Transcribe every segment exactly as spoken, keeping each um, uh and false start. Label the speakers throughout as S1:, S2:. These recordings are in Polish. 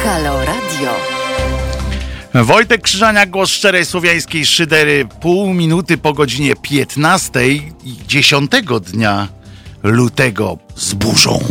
S1: Halo Radio.
S2: Wojtek Krzyżaniak, głos szczerej słowiańskiej szydery, pół minuty po godzinie piętnastej i dziesiątego dnia lutego z burzą.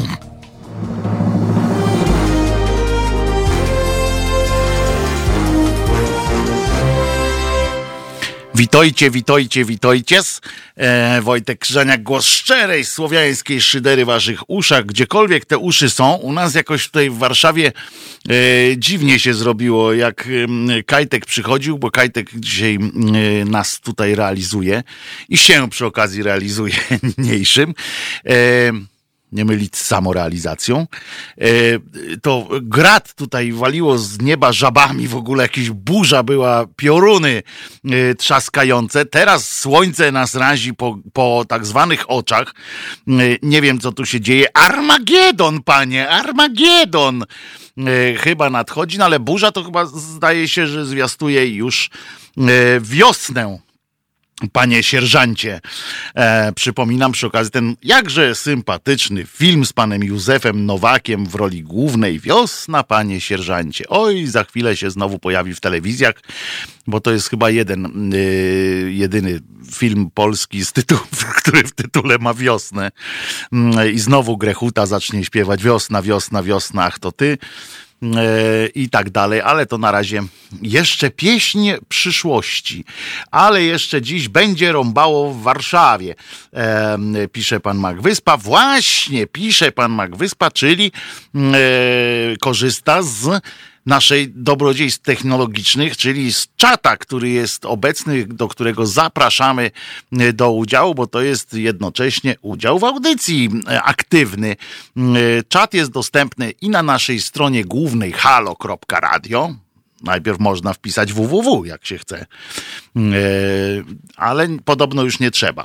S2: Witajcie, witajcie, witajcie. E, Wojtek Krzyżaniak, głos szczerej słowiańskiej szydery w waszych uszach, gdziekolwiek te uszy są. U nas jakoś tutaj w Warszawie e, dziwnie się zrobiło, jak e, Kajtek przychodził, bo Kajtek dzisiaj e, nas tutaj realizuje i się przy okazji realizuje niniejszym. E, nie mylić z samorealizacją, to grad tutaj waliło z nieba żabami, w ogóle jakaś burza była, pioruny trzaskające. Teraz słońce nas razi po, po tak zwanych oczach. Nie wiem, co tu się dzieje. Armagedon, panie, Armagedon chyba nadchodzi, no ale burza to chyba zdaje się, że zwiastuje już wiosnę. Panie sierżancie, e, przypominam przy okazji ten jakże sympatyczny film z panem Józefem Nowakiem w roli głównej. Wiosna, panie sierżancie. Oj, za chwilę się znowu pojawi w telewizjach, bo to jest chyba jeden, y, jedyny film polski z tytułu, który w tytule ma wiosnę. I znowu Grechuta zacznie śpiewać wiosna, wiosna, wiosna, ach to ty. I tak dalej, ale to na razie jeszcze pieśń przyszłości, ale jeszcze dziś będzie rąbało w Warszawie, e, pisze pan Magwyspa. Właśnie pisze pan Magwyspa, czyli e, korzysta z naszej dobrodziejstw technologicznych, czyli z czata, który jest obecny, do którego zapraszamy do udziału, bo to jest jednocześnie udział w audycji aktywny. Czat jest dostępny i na naszej stronie głównej halo kropka radio. Najpierw można wpisać www, jak się chce, ale podobno już nie trzeba.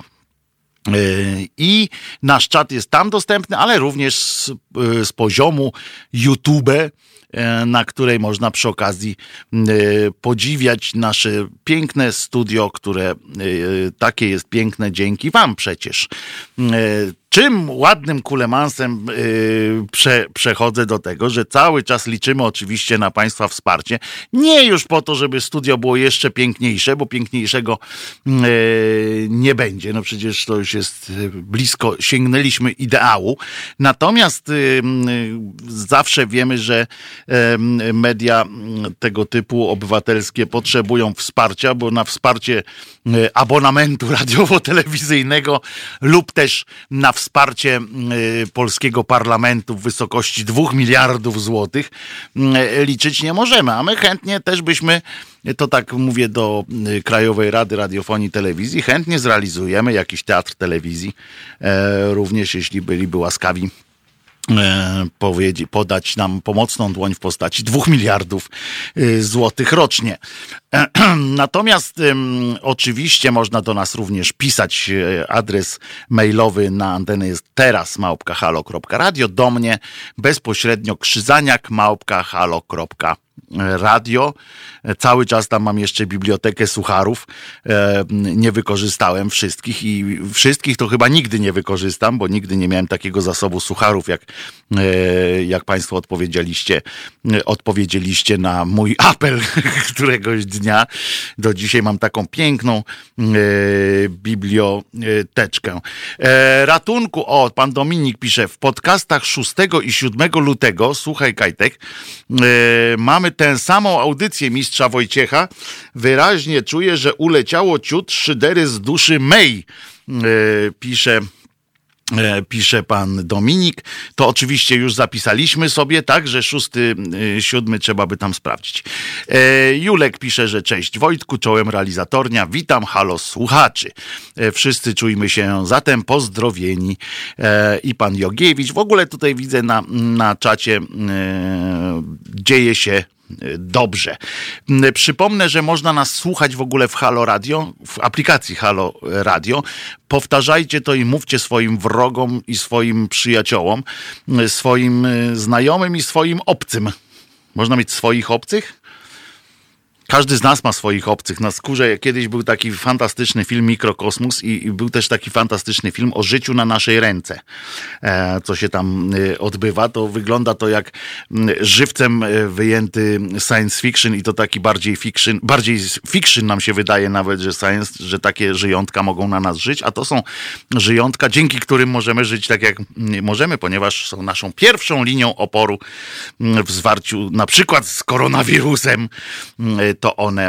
S2: I nasz czat jest tam dostępny, ale również z, z poziomu YouTube, na której można przy okazji podziwiać nasze piękne studio, które takie jest piękne dzięki wam przecież. Czym ładnym kulemansem yy, prze, przechodzę do tego, że cały czas liczymy oczywiście na państwa wsparcie. Nie już po to, żeby studio było jeszcze piękniejsze, bo piękniejszego yy, nie będzie. No przecież to już jest blisko, sięgnęliśmy ideału. Natomiast yy, zawsze wiemy, że yy, media tego typu obywatelskie potrzebują wsparcia, bo na wsparcie yy, abonamentu radiowo-telewizyjnego lub też na wsparcie wsparcie y, polskiego parlamentu w wysokości dwóch miliardów złotych y, liczyć nie możemy, a my chętnie też byśmy, to tak mówię do y, Krajowej Rady Radiofonii i Telewizji, chętnie zrealizujemy jakiś teatr telewizji, e, również jeśli byliby łaskawi E, powiedzi, podać nam pomocną dłoń w postaci dwóch miliardów e, złotych rocznie. E, natomiast e, oczywiście można do nas również pisać. E, adres mailowy na antenę jest teraz małpka halo kropka radio, do mnie bezpośrednio krzyżaniak małpka halo kropka radio. Cały czas tam mam jeszcze bibliotekę sucharów. E, nie wykorzystałem wszystkich i wszystkich to chyba nigdy nie wykorzystam, bo nigdy nie miałem takiego zasobu sucharów, jak, e, jak państwo odpowiedzieliście, odpowiedzieliście na mój apel któregoś dnia. Do dzisiaj mam taką piękną e, biblioteczkę. E, ratunku, o, pan Dominik pisze, w podcastach szóstego i siódmego lutego, słuchaj Kajtek, e, mamy tę samą audycję mistrza Wojciecha. Wyraźnie czuję, że uleciało ciut szydery z duszy mej, e, pisze pisze pan Dominik. To oczywiście już zapisaliśmy sobie, tak, że szósty, siódmy trzeba by tam sprawdzić. E, Julek pisze, że cześć Wojtku, czołem realizatornia, witam, halo słuchaczy. E, wszyscy czujmy się zatem pozdrowieni. E, I pan Jogiewicz. W ogóle tutaj widzę na, na czacie e, dzieje się dobrze. Przypomnę, że można nas słuchać w ogóle w Halo Radio, w aplikacji Halo Radio. Powtarzajcie to i mówcie swoim wrogom i swoim przyjaciołom, swoim znajomym i swoim obcym. Można mieć swoich obcych? każdy z nas ma swoich obcych na skórze. Kiedyś był taki fantastyczny film Mikrokosmos i, i był też taki fantastyczny film o życiu na naszej ręce, e, co się tam e, odbywa. To wygląda to jak m, żywcem e, wyjęty science fiction i to taki bardziej fiction, bardziej fiction nam się wydaje nawet, że science, że takie żyjątka mogą na nas żyć, a to są żyjątka, dzięki którym możemy żyć tak jak możemy, ponieważ są naszą pierwszą linią oporu w zwarciu na przykład z koronawirusem, to one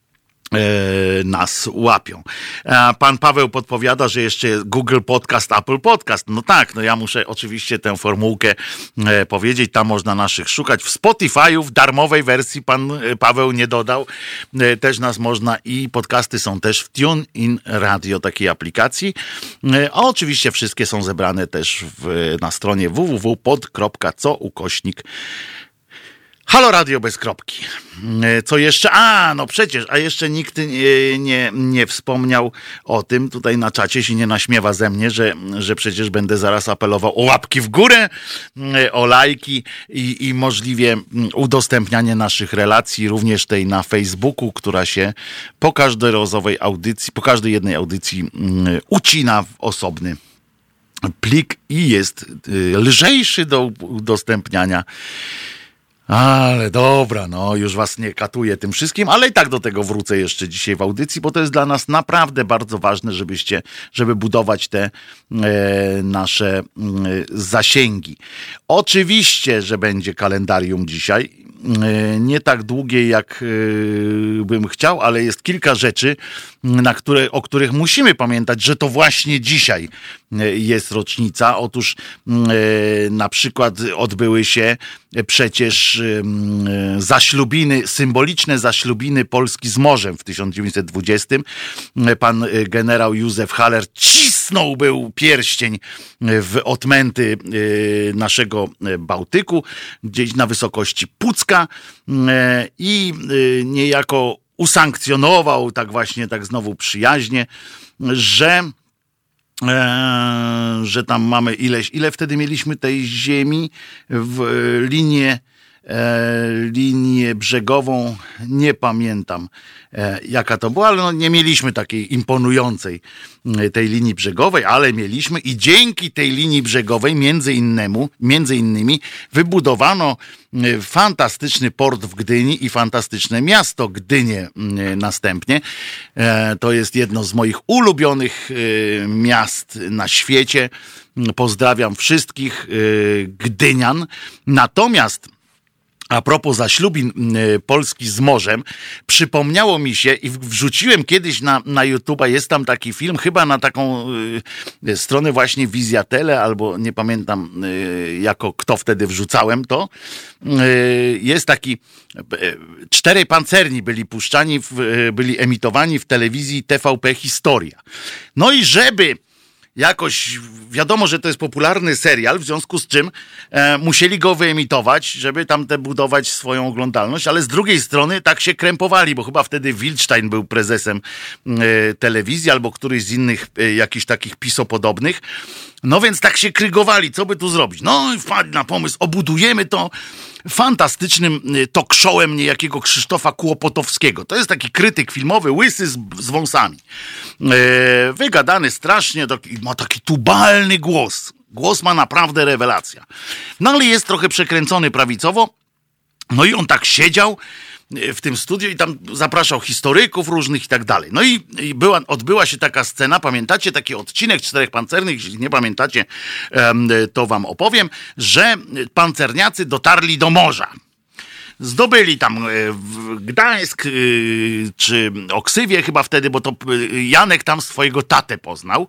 S2: nas łapią. Pan Paweł podpowiada, że jeszcze jest Google Podcast, Apple Podcast. No tak, no ja muszę oczywiście tę formułkę powiedzieć, tam można naszych szukać. W Spotify'u w darmowej wersji pan Paweł nie dodał. Też nas można i podcasty są też w TuneIn Radio, takiej aplikacji. A oczywiście wszystkie są zebrane też w, na stronie w w w kropka pod kropka co ukośnik Halo Radio bez kropki. Co jeszcze? A, no przecież, a jeszcze nikt nie, nie, nie wspomniał o tym, tutaj na czacie się nie naśmiewa ze mnie, że, że przecież będę zaraz apelował o łapki w górę, o lajki i, i możliwie udostępnianie naszych relacji, również tej na Facebooku, która się po każdej rozowej audycji, po każdej jednej audycji ucina w osobny plik i jest lżejszy do udostępniania. Ale dobra, no już was nie katuję tym wszystkim, ale i tak do tego wrócę jeszcze dzisiaj w audycji, bo to jest dla nas naprawdę bardzo ważne, żebyście, żeby budować te e, nasze e, zasięgi. Oczywiście, że będzie kalendarium dzisiaj, e, nie tak długie jak e, bym chciał, ale jest kilka rzeczy, na które, o których musimy pamiętać, że to właśnie dzisiaj jest rocznica. Otóż e, na przykład odbyły się przecież e, zaślubiny, symboliczne zaślubiny Polski z morzem w tysiąc dziewięćset dwudziestym. Pan generał Józef Haller cisnął był pierścień w odmęty e, naszego Bałtyku, gdzieś na wysokości Pucka e, i e, niejako usankcjonował tak właśnie, tak znowu przyjaźnie, że E, że tam mamy ileś, ile wtedy mieliśmy tej ziemi w e, linię, e, linię brzegową, nie pamiętam e, jaka to była, ale no nie mieliśmy takiej imponującej e, tej linii brzegowej, ale mieliśmy i dzięki tej linii brzegowej między innemu, między innymi wybudowano e, fantastyczny port w Gdyni i fantastyczne miasto Gdynię e, następnie. E, to jest jedno z moich ulubionych e, miast na świecie. Pozdrawiam wszystkich e, Gdynian. Natomiast a propos zaślubin y, Polski z morzem, przypomniało mi się i wrzuciłem kiedyś na, na YouTube'a, jest tam taki film, chyba na taką y, stronę właśnie Wizjatele, albo nie pamiętam y, jako kto wtedy wrzucałem to. Y, jest taki, y, czterej pancerni byli puszczani, w, y, byli emitowani w telewizji T V P Historia. No i żeby jakoś, wiadomo, że to jest popularny serial, w związku z czym e, musieli go wyemitować, żeby tam te budować swoją oglądalność, ale z drugiej strony tak się krępowali, bo chyba wtedy Wilczstein był prezesem e, telewizji albo któryś z innych e, jakichś takich pisopodobnych. No więc tak się krygowali, co by tu zrobić? No i wpadli na pomysł, obudujemy to fantastycznym talk showem niejakiego Krzysztofa Kłopotowskiego. To jest taki krytyk filmowy, łysy z, z wąsami. E, wygadany strasznie, taki, ma taki tubalny głos. Głos ma naprawdę rewelacja. No ale jest trochę przekręcony prawicowo. No i on tak siedział w tym studiu i tam zapraszał historyków różnych i tak dalej. No i, i była, odbyła się taka scena, pamiętacie, taki odcinek Czterech Pancernych, jeśli nie pamiętacie, to wam opowiem, że pancerniacy dotarli do morza. Zdobyli tam Gdańsk czy Oksywię chyba wtedy, bo to Janek tam swojego tatę poznał.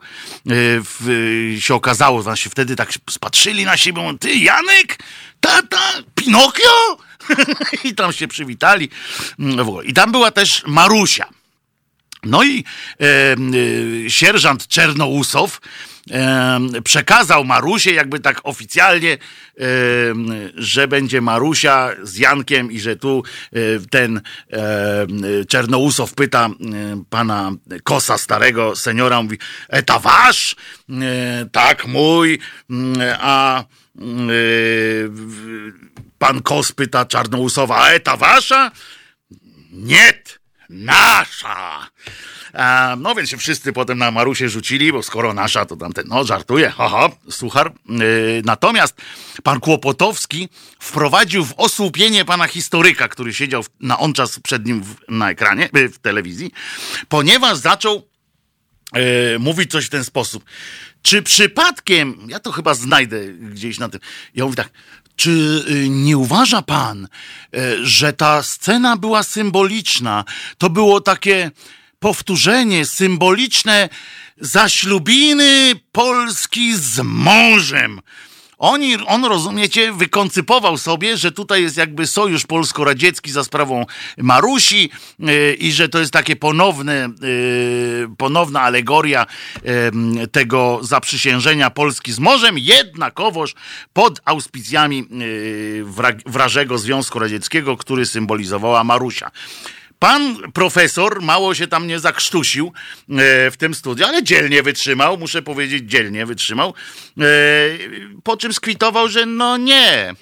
S2: Się okazało, że się wtedy tak spatrzyli na siebie, mówią, ty Janek? Tata? Pinokio? I tam się przywitali. I tam była też Marusia. No i e, e, sierżant Czernousow e, przekazał Marusie jakby tak oficjalnie, e, że będzie Marusia z Jankiem i że tu e, ten e, Czernousow pyta e, pana Kosa, starego seniora, mówi, eta wasz? E, tak, mój. E, a e, pan Kos pyta Czarnousowa, a eta wasza? niet, nasza. A, no więc się wszyscy potem na Marusię rzucili, bo skoro nasza, to tamten, no żartuje, haha, suchar. Yy, natomiast pan Kłopotowski wprowadził w osłupienie pana historyka, który siedział w, na on czas przed nim w, na ekranie, w telewizji, ponieważ zaczął yy, mówić coś w ten sposób. Czy przypadkiem, ja to chyba znajdę gdzieś na tym, ja mówię tak, czy nie uważa pan, że ta scena była symboliczna? To było takie powtórzenie symboliczne zaślubiny Polski z morzem. Oni, on, rozumiecie, wykoncypował sobie, że tutaj jest jakby sojusz polsko-radziecki za sprawą Marusi yy, i że to jest takie ponowne, yy, ponowna alegoria yy, tego zaprzysiężenia Polski z morzem, jednakowoż pod auspicjami yy, wra- wrażego Związku Radzieckiego, który symbolizowała Marusia. Pan profesor mało się tam nie zakrztusił e, w tym studiu, ale dzielnie wytrzymał, muszę powiedzieć, dzielnie wytrzymał, e, po czym skwitował, że no nie.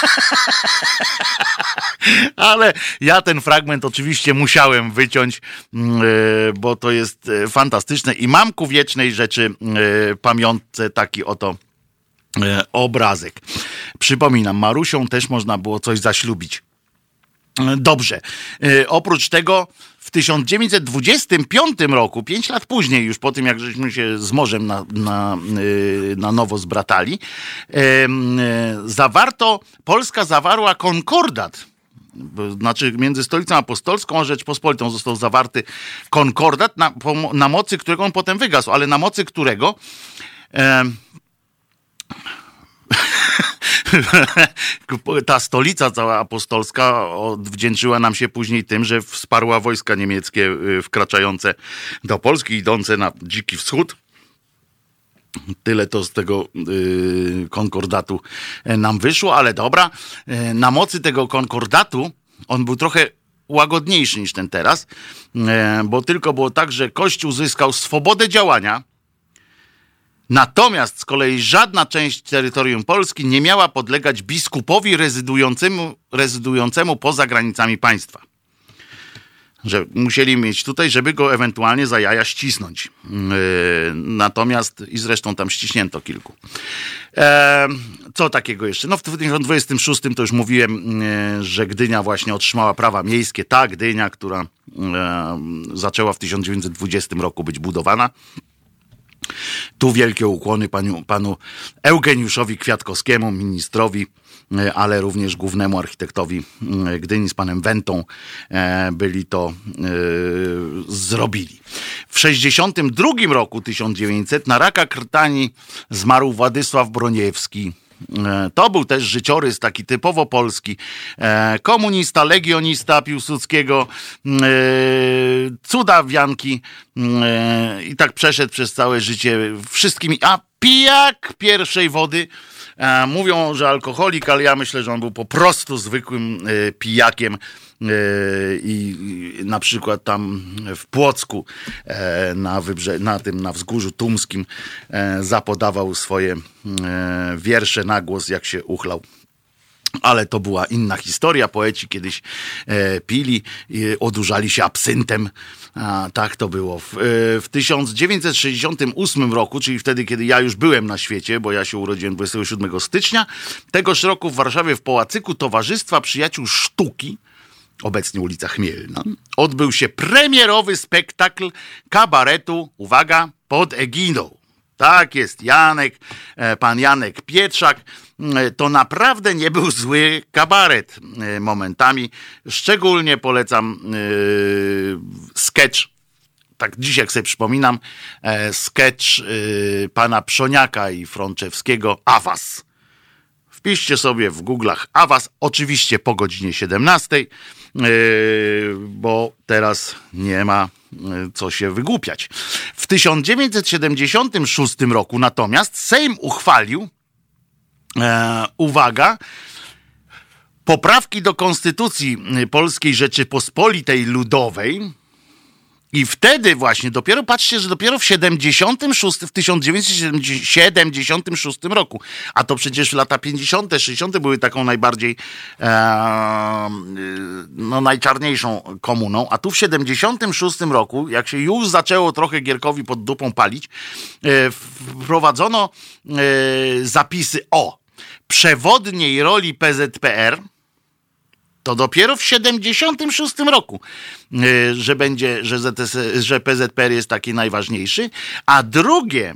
S2: Ale ja ten fragment oczywiście musiałem wyciąć, e, bo to jest fantastyczne i mam ku wiecznej rzeczy e, pamiątce taki oto e, obrazek. Przypominam, Marusią też można było coś zaślubić. Dobrze. E, oprócz tego w tysiąc dziewięćset dwudziestym piątym roku, pięć lat później, już po tym jak żeśmy się z morzem na, na, e, na nowo zbratali, e, e, zawarto, Polska zawarła konkordat. Znaczy między Stolicą Apostolską a Rzeczpospolitą został zawarty konkordat, na, na mocy którego on potem wygasł, ale na mocy którego e, ta stolica cała apostolska odwdzięczyła nam się później tym, że wsparła wojska niemieckie wkraczające do Polski, idące na Dziki Wschód. Tyle to z tego yy, konkordatu nam wyszło, ale dobra. Yy, na mocy tego konkordatu on był trochę łagodniejszy niż ten teraz, yy, bo tylko było tak, że Kościół zyskał swobodę działania. Natomiast z kolei żadna część terytorium Polski nie miała podlegać biskupowi rezydującemu, rezydującemu poza granicami państwa. Że musieli mieć tutaj, żeby go ewentualnie za jaja ścisnąć. Yy, natomiast i zresztą tam ściśnięto kilku. E, co takiego jeszcze? No w tysiąc dziewięćset dwudziestym szóstym to już mówiłem, yy, że Gdynia właśnie otrzymała prawa miejskie. Ta Gdynia, która yy, zaczęła w tysiąc dziewięćset dwudziestym roku być budowana. Tu wielkie ukłony panu, panu Eugeniuszowi Kwiatkowskiemu, ministrowi, ale również głównemu architektowi Gdyni z panem Wentą byli to yy, zrobili. W sześćdziesiątym drugim roku tysiąc dziewięćset na raka krtani zmarł Władysław Broniewski. To był też życiorys taki typowo polski. Komunista, legionista Piłsudskiego, cudawianki i tak przeszedł przez całe życie wszystkimi. A pijak pierwszej wody. Mówią, że alkoholik, ale ja myślę, że on był po prostu zwykłym pijakiem. I na przykład tam w Płocku na, wybrze- na tym na wzgórzu tumskim zapodawał swoje wiersze na głos, jak się uchlał. Ale to była inna historia. Poeci kiedyś e, pili, e, odurzali się absyntem. A, tak to było. W, e, w tysiąc dziewięćset sześćdziesiątym ósmym roku, czyli wtedy, kiedy ja już byłem na świecie, bo ja się urodziłem dwudziestego siódmego stycznia, tegoż roku w Warszawie w Pałacyku Towarzystwa Przyjaciół Sztuki, obecnie ulica Chmielna, odbył się premierowy spektakl kabaretu, uwaga, pod egidą. Tak jest, Janek, pan Janek Pietrzak. To naprawdę nie był zły kabaret momentami. Szczególnie polecam yy, sketch, tak dziś jak sobie przypominam, e, sketch yy, pana Przoniaka i Frączewskiego, Awas. Wpiszcie sobie w Google'ach Awas, oczywiście po godzinie siedemnastej, yy, bo teraz nie ma co się wygłupiać. W tysiąc dziewięćset siedemdziesiątym szóstym roku natomiast Sejm uchwalił, e, uwaga, poprawki do Konstytucji Polskiej Rzeczypospolitej Ludowej I wtedy właśnie, dopiero patrzcie, że dopiero w siedemdziesiątym szóstym, w tysiąc dziewięćset siedemdziesiątym szóstym roku, a to przecież lata pięćdziesiąte, sześćdziesiąte były taką najbardziej, e, no najczarniejszą komuną, a tu w siedemdziesiątym szóstym roku, jak się już zaczęło trochę Gierkowi pod dupą palić, e, wprowadzono e, zapisy o przewodniej roli P Z P R. To dopiero w siedemdziesiątym szóstym roku, że będzie, że, Z S, że P Z P R jest taki najważniejszy, a drugie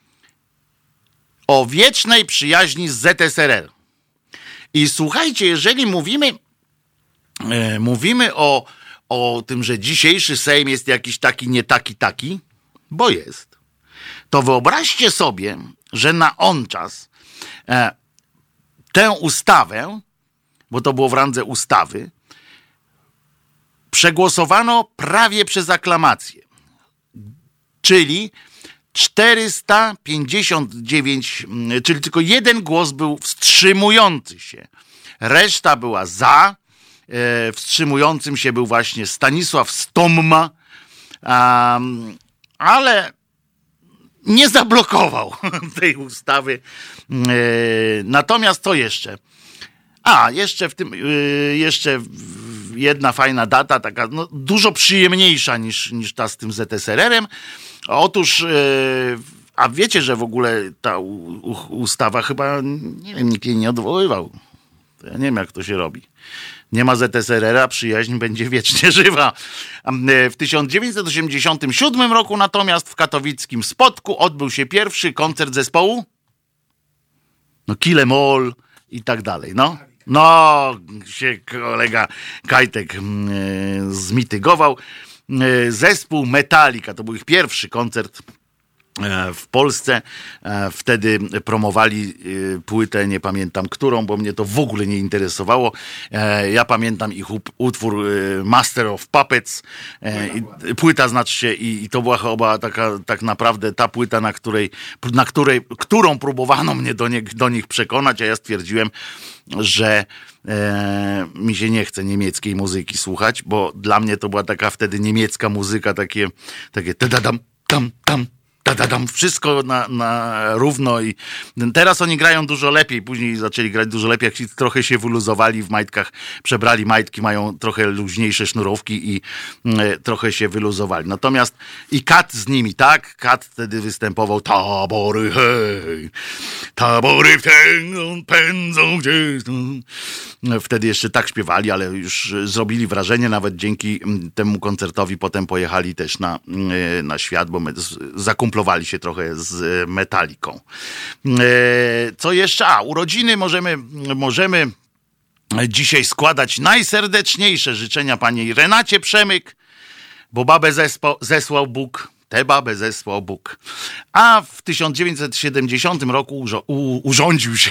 S2: o wiecznej przyjaźni z Z S R R. I słuchajcie, jeżeli mówimy, e, mówimy o, o tym, że dzisiejszy Sejm jest jakiś taki, nie taki, taki, bo jest, to wyobraźcie sobie, że na on czas e, tę ustawę, bo to było w randze ustawy, przegłosowano prawie przez aklamację. Czyli czterysta pięćdziesiąt dziewięć, czyli tylko jeden głos był wstrzymujący się. Reszta była za. E, wstrzymującym się był właśnie Stanisław Stomma, um, ale nie zablokował tej ustawy. E, natomiast co jeszcze? A, jeszcze w tym, yy, jeszcze jedna fajna data, taka no, dużo przyjemniejsza niż, niż ta z tym Z S R R-em. Otóż, yy, a wiecie, że w ogóle ta u, u, ustawa chyba, nie wiem, nikt jej nie odwoływał. To ja nie wiem, jak to się robi. Nie ma Z S R R-a, przyjaźń będzie wiecznie żywa. W tysiąc dziewięćset osiemdziesiątym siódmym roku natomiast w katowickim Spodku odbył się pierwszy koncert zespołu no Kill 'Em All i tak dalej, no. No, się kolega Kajtek yy, zmitygował. Yy, zespół Metallica, to był ich pierwszy koncert yy, w Polsce. Yy, wtedy promowali yy, płytę, nie pamiętam którą, bo mnie to w ogóle nie interesowało. Yy, ja pamiętam ich u, utwór yy, Master of Puppets. Yy, płyta znaczy się i, i to była chyba taka tak naprawdę ta płyta, na której, na której którą próbowano mnie do, nie, do nich przekonać, a ja stwierdziłem, że e, mi się nie chce niemieckiej muzyki słuchać, bo dla mnie to była taka wtedy niemiecka muzyka, takie takie tadadam, tam, tam, tadadam, wszystko na, na równo i teraz oni grają dużo lepiej, później zaczęli grać dużo lepiej, jak trochę się wyluzowali w majtkach, przebrali majtki, mają trochę luźniejsze sznurówki i e, trochę się wyluzowali. Natomiast i Kat z nimi, tak? Kat wtedy występował tabory, hej, tabory w tę pędzą gdzieś. Wtedy jeszcze tak śpiewali, ale już zrobili wrażenie, nawet dzięki temu koncertowi potem pojechali też na, na świat, bo my zakumplowali się trochę z Metallicą. Co jeszcze? A, urodziny możemy, możemy dzisiaj składać najserdeczniejsze życzenia pani Renacie Przemyk, bo babę zespo, zesłał Bóg. Tę babę zesłał Bóg. A w tysiąc dziewięćset siedemdziesiątym roku urzo- u- urządził się,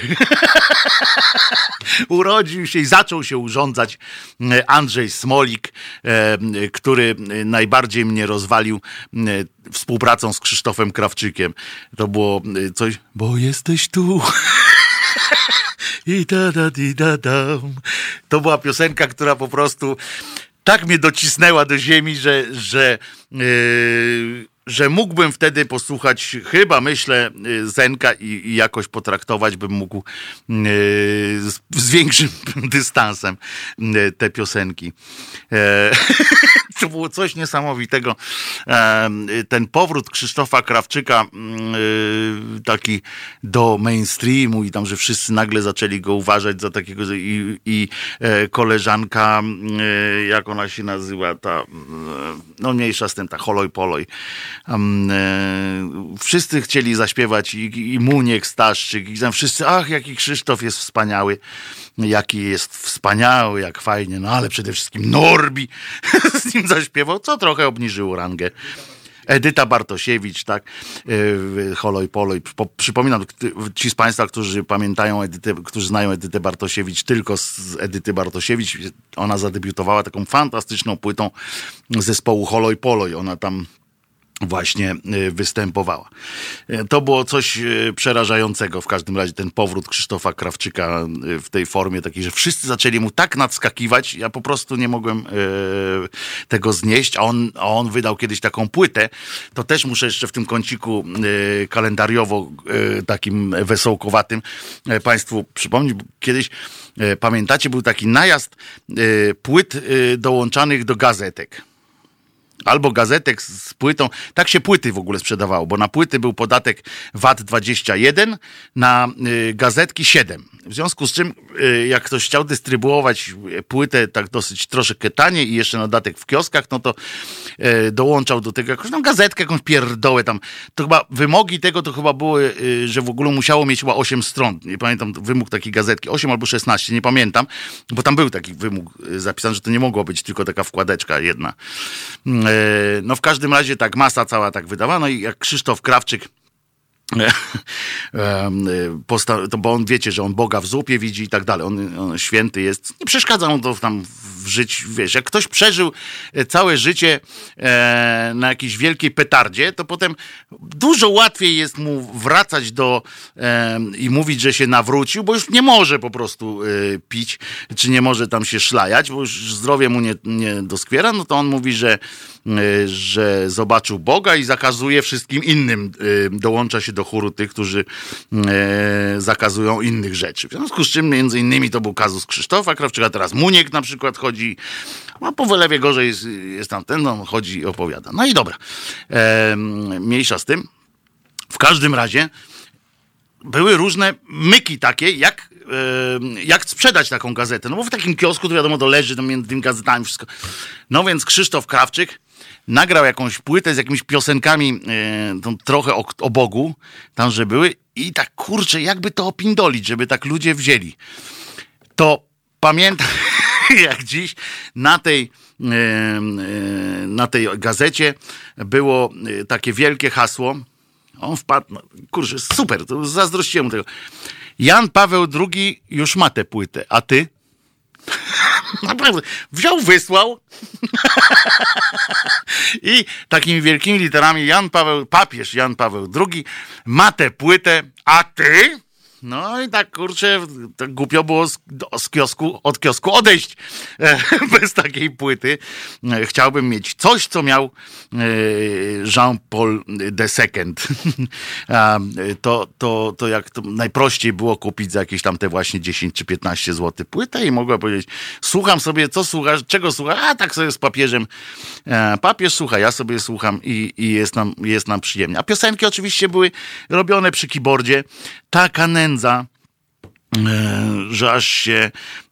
S2: urodził się i zaczął się urządzać Andrzej Smolik, e, który najbardziej mnie rozwalił e, współpracą z Krzysztofem Krawczykiem. To było coś, bo jesteś tu. I da, da, di, da, da. To była piosenka, która po prostu tak mnie docisnęła do ziemi, że, że, yy, że mógłbym wtedy posłuchać, chyba myślę, Zenka i, i jakoś potraktować bym mógł yy, z, z większym dystansem yy, te piosenki. Yy, to było coś niesamowitego. Yy, ten powrót Krzysztofa Krawczyka yy, taki do mainstreamu i tam, że wszyscy nagle zaczęli go uważać za takiego i, i yy, koleżanka, yy, jak ona się nazywa, ta, yy, no mniejsza z tym, ta Holoj Poloj. Um, e, wszyscy chcieli zaśpiewać i, i Muniek, Staszczyk i tam wszyscy, ach, jaki Krzysztof jest wspaniały, jaki jest wspaniały, jak fajnie, no ale przede wszystkim Norbi z nim zaśpiewał, co trochę obniżyło rangę. Edyta Bartosiewicz, tak, yy, Holoj Poloj. Po, przypominam, ci z Państwa, którzy pamiętają Edytę, którzy znają Edytę Bartosiewicz tylko z Edyty Bartosiewicz, ona zadebiutowała taką fantastyczną płytą zespołu Holoj Poloj. Ona tam właśnie występowała. To było coś przerażającego. W każdym razie ten powrót Krzysztofa Krawczyka w tej formie takiej, że wszyscy zaczęli mu tak nadskakiwać, ja po prostu nie mogłem tego znieść, a on, a on wydał kiedyś taką płytę, to też muszę jeszcze w tym kąciku kalendariowo takim wesołkowatym państwu przypomnieć, bo kiedyś, pamiętacie, był taki najazd płyt dołączanych do gazetek. Albo gazetek z płytą. Tak się płyty w ogóle sprzedawało, bo na płyty był podatek V A T dwadzieścia jeden, na y, gazetki siedem. W związku z czym, y, jak ktoś chciał dystrybuować płytę tak dosyć troszeczkę taniej i jeszcze na dodatek w kioskach, no to y, dołączał do tego jakąś tam gazetkę, jakąś pierdołę tam. To chyba wymogi tego to chyba były, y, że w ogóle musiało mieć chyba osiem stron. Nie pamiętam, wymóg takiej gazetki, osiem albo szesnaście, nie pamiętam, bo tam był taki wymóg zapisany, że to nie mogło być tylko taka wkładeczka jedna. No w każdym razie tak masa cała tak wydawano i jak Krzysztof Krawczyk posta- to bo on wiecie, że on Boga w zupie widzi i tak dalej, on, on święty jest, nie przeszkadza mu to tam w życiu, wiesz, jak ktoś przeżył całe życie e, na jakiejś wielkiej petardzie, to potem dużo łatwiej jest mu wracać do e, i mówić, że się nawrócił, bo już nie może po prostu e, pić, czy nie może tam się szlajać, bo już zdrowie mu nie, nie doskwiera, no to on mówi, że że zobaczył Boga i zakazuje wszystkim innym, dołącza się do chóru tych, którzy zakazują innych rzeczy. W związku z czym między innymi to był kazus Krzysztofa Krawczyka, teraz Muniek na przykład chodzi, a po wylewie gorzej jest, jest tam ten, on chodzi i opowiada. No i dobra, e, mniejsza z tym. W każdym razie były różne myki takie, jak, e, jak sprzedać taką gazetę. No bo w takim kiosku to wiadomo, to leży tam między tymi gazetami wszystko. No więc Krzysztof Krawczyk nagrał jakąś płytę z jakimiś piosenkami e, tą trochę o, o Bogu, tam, że były i tak kurczę, jakby to opindolić, żeby tak ludzie wzięli. To pamiętam, jak dziś na tej, e, e, na tej gazecie było takie wielkie hasło. On wpadł, no, kurczę, super, to zazdrościłem mu tego. Jan Paweł drugi już ma tę płytę, a ty? Naprawdę, wziął, wysłał i takimi wielkimi literami Jan Paweł, papież Jan Paweł drugi ma tę płytę, a ty? No i tak, kurczę, tak głupio było z, z kiosku, od kiosku odejść e, bez takiej płyty. E, chciałbym mieć coś, co miał e, Jean-Paul the Second. e, to, to, to jak to najprościej było kupić za jakieś tam te właśnie dziesięć czy piętnaście złotych płytę i mogła powiedzieć, słucham sobie, co słuchasz, czego słuchasz, a tak sobie z papieżem. E, papież słucha, ja sobie słucham i, i jest, nam, jest nam przyjemnie. A piosenki oczywiście były robione przy keyboardzie. Taka nędza, że aż się,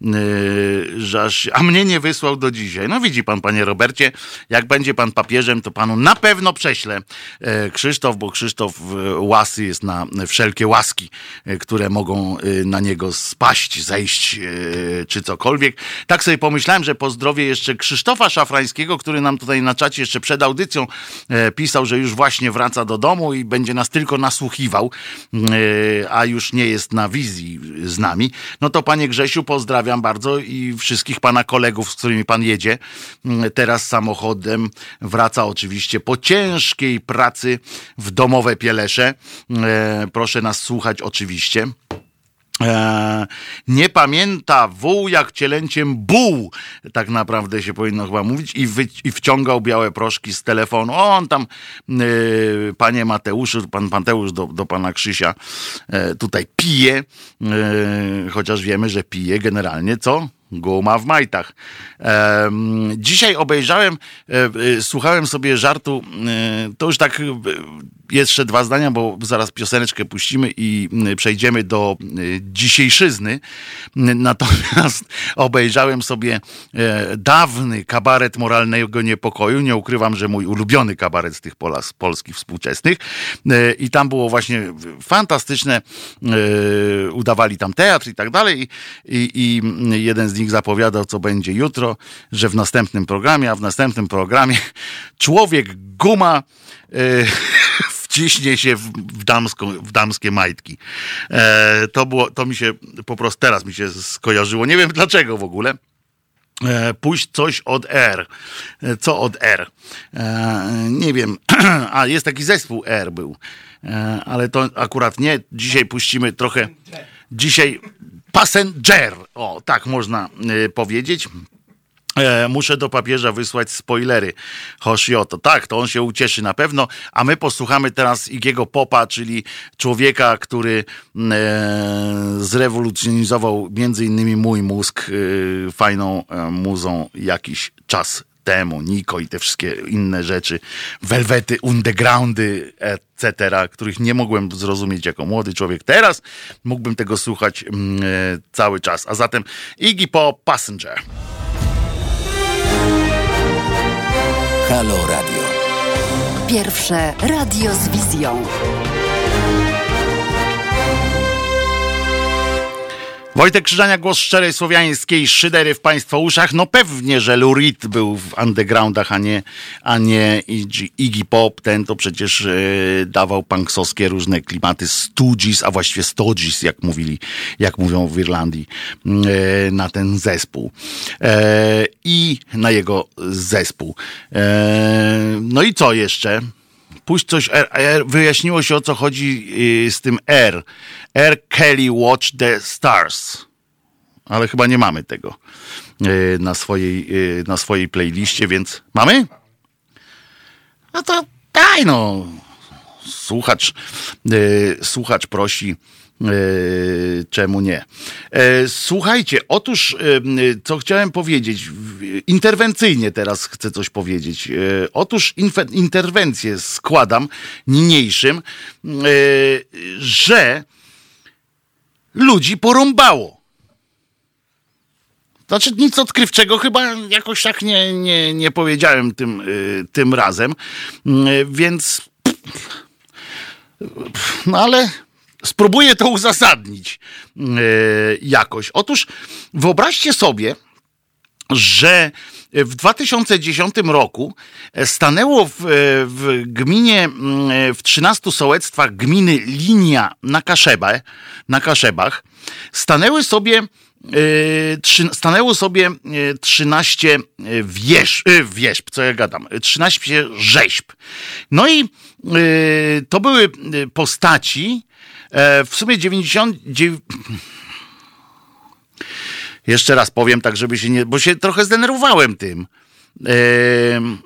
S2: że aż się, a mnie nie wysłał do dzisiaj. No widzi pan, panie Robercie, jak będzie pan papieżem, to panu na pewno prześlę Krzysztof, bo Krzysztof łasy jest na wszelkie łaski, które mogą na niego spaść, zejść, czy cokolwiek. Tak sobie pomyślałem, że pozdrowię jeszcze Krzysztofa Szafrańskiego, który nam tutaj na czacie jeszcze przed audycją pisał, że już właśnie wraca do domu i będzie nas tylko nasłuchiwał, a już nie jest na wizji z nami. No to panie Grzesiu, pozdrawiam bardzo i wszystkich pana kolegów, z którymi pan jedzie. Teraz samochodem wraca oczywiście po ciężkiej pracy w domowe Pielesze. E, proszę nas słuchać oczywiście. Eee, nie pamięta wół jak cielęciem buł, tak naprawdę się powinno chyba mówić, i, wy, i wciągał białe proszki z telefonu. O, on tam, e, panie Mateuszu, pan Mateusz do, do pana Krzysia e, tutaj pije, e, chociaż wiemy, że pije generalnie, co? Guma w majtach. E, dzisiaj obejrzałem, e, e, słuchałem sobie żartu, e, to już tak e, jeszcze dwa zdania, bo zaraz pioseneczkę puścimy i e, przejdziemy do e, dzisiejszyzny. Natomiast obejrzałem sobie e, dawny kabaret moralnego niepokoju. Nie ukrywam, że mój ulubiony kabaret z tych pola, z polskich współczesnych. E, I tam było właśnie fantastyczne, e, udawali tam teatr i tak dalej. I, i jeden z nich zapowiadał, co będzie jutro, że w następnym programie, a w następnym programie człowiek guma e, wciśnie się w, w, damską, w damskie majtki. E, to było, to mi się po prostu teraz mi się skojarzyło. Nie wiem dlaczego w ogóle. Puść coś od R. Co od R? Nie wiem. A, jest taki zespół R był. Ale to akurat nie. Dzisiaj puścimy trochę... Dzisiaj Passenger. O, tak można powiedzieć. E, muszę do papieża wysłać spoilery Hoshioto. Tak, to on się ucieszy na pewno, a my posłuchamy teraz Iggy'ego Popa, czyli człowieka, który e, zrewolucjonizował między innymi mój mózg e, fajną e, muzą jakiś czas temu. Niko i te wszystkie inne rzeczy, Velvety, Undergroundy, et cetera, których nie mogłem zrozumieć jako młody człowiek. Teraz mógłbym tego słuchać e, cały czas. A zatem Iggy Pop, Passenger.
S1: Halo Radio.
S3: Pierwsze radio z wizją.
S2: Wojtek Krzyżania, głos szczerej słowiańskiej szydery w państwa uszach. No pewnie, że Lou Reed był w undergroundach, a nie, a nie Iggy Pop. Ten to przecież e, dawał punksowskie różne klimaty Stooges, a właściwie Stooges, jak mówili, jak mówią w Irlandii, e, na ten zespół. E, I na jego zespół. E, no i co jeszcze? Puść coś, R, R, wyjaśniło się, o co chodzi yy, z tym R. R. Kelly Watch the Stars. Ale chyba nie mamy tego yy, na, swojej, yy, na swojej playliście, więc mamy? No to daj no. Słuchacz, yy, słuchacz prosi, Yy, czemu nie? Yy, słuchajcie, otóż yy, co chciałem powiedzieć, interwencyjnie teraz chcę coś powiedzieć. Yy, otóż infe- interwencję składam niniejszym, yy, że ludzi porąbało. Znaczy nic odkrywczego chyba jakoś tak nie, nie, nie powiedziałem tym, yy, tym razem, yy, więc no ale spróbuję to uzasadnić yy, jakoś. Otóż wyobraźcie sobie, że w dwa tysiące dziesiątym roku stanęło w, w gminie, w trzynastu sołectwach gminy Linia na Kaszebę, na Kaszebach, stanęły sobie stanęło sobie trzynaście wież, wierzb, co ja gadam, trzynaście rzeźb. No i to były postaci, w sumie dziewięćdziesiąt dziewięć... Jeszcze raz powiem tak, żeby się nie... Bo się trochę zdenerwowałem tym. Ehm...